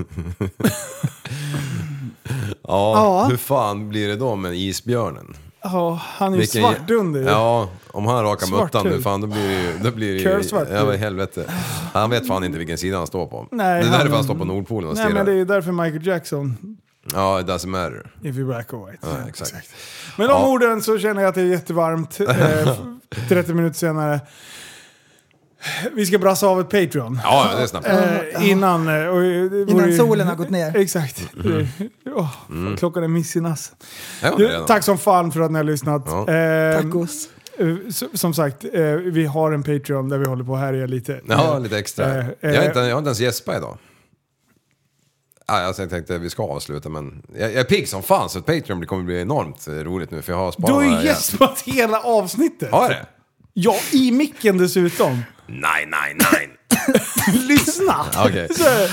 Ja, hur fan blir det då med isbjörnen? Ja, han är ju svart under. Ja, om han rakar Svart muttan nu, hud. fan, då blir det Curlsvart ju... Ja, men helvete. Han vet fan inte vilken sida han står på. Nej, det är därför han står på Nordpolen och Nej, stirrar. men det är därför Michael Jackson... Ja, it doesn't matter. If you're black or white. Ja, exakt. Men om orden så känner jag att det är jättevarmt. 30 minuter senare. Vi ska brassa av ett Patreon. Ja, det är snabbt. Innan solen har gått ner. Exakt. Klockan är miss i nass. Ja, tack som fan för att ni har lyssnat. Ja. Tacos. Som sagt, vi har en Patreon där vi håller på att härja lite. Ja, lite extra. Jag har inte ens gäspa idag. Jag tänkte att vi ska avsluta, men jag är pigg som fan, så Patreon kommer bli enormt roligt nu, för jag har sparat. Du har ju gäspat hela avsnittet. Har det? Ja, i micken dessutom. Nej. Lyssna! Okej.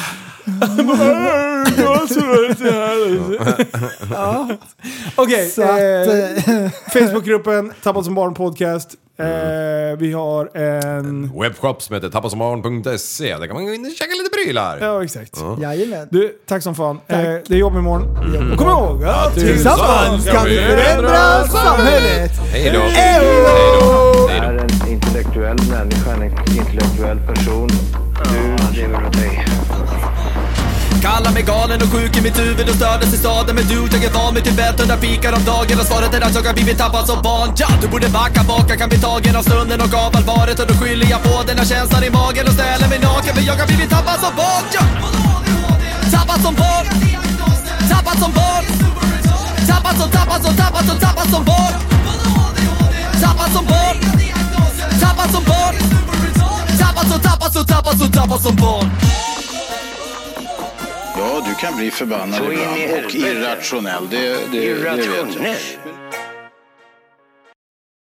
Okej, Facebookgruppen Tappat som barn podcast. Vi har en webbshop som heter tappasombarn.se. Där kan man gå in och checka lite prylar. Ja, exakt. Jajamän. Du, tack som fan. Det är jobb imorgon. Och kom ihåg att Tillsammans kan vi förändra samhället. Hej då. Är en intellektuell människa, en intellektuell person. Du lever åt dig. Kallar mig galen och sjuk i mitt huvud och stördes i staden. Men du, jag är van vid Tibet under fikar om dagen. Och svaret är att jag har blivit tappad som barn. Ja, du borde backa bak, jag kan bli tagen av stunden och av allvaret. Och då skyller jag på den här känslan i magen och ställer mig naken. För jag har blivit tappad som barn. Ja. Tappad som barn. Tappad som barn. Tappad som barn. Tappad som barn. Tappad som barn. Tappad som barn. Ja, du kan bli förbannad ibland och irrationell. Det vet jag.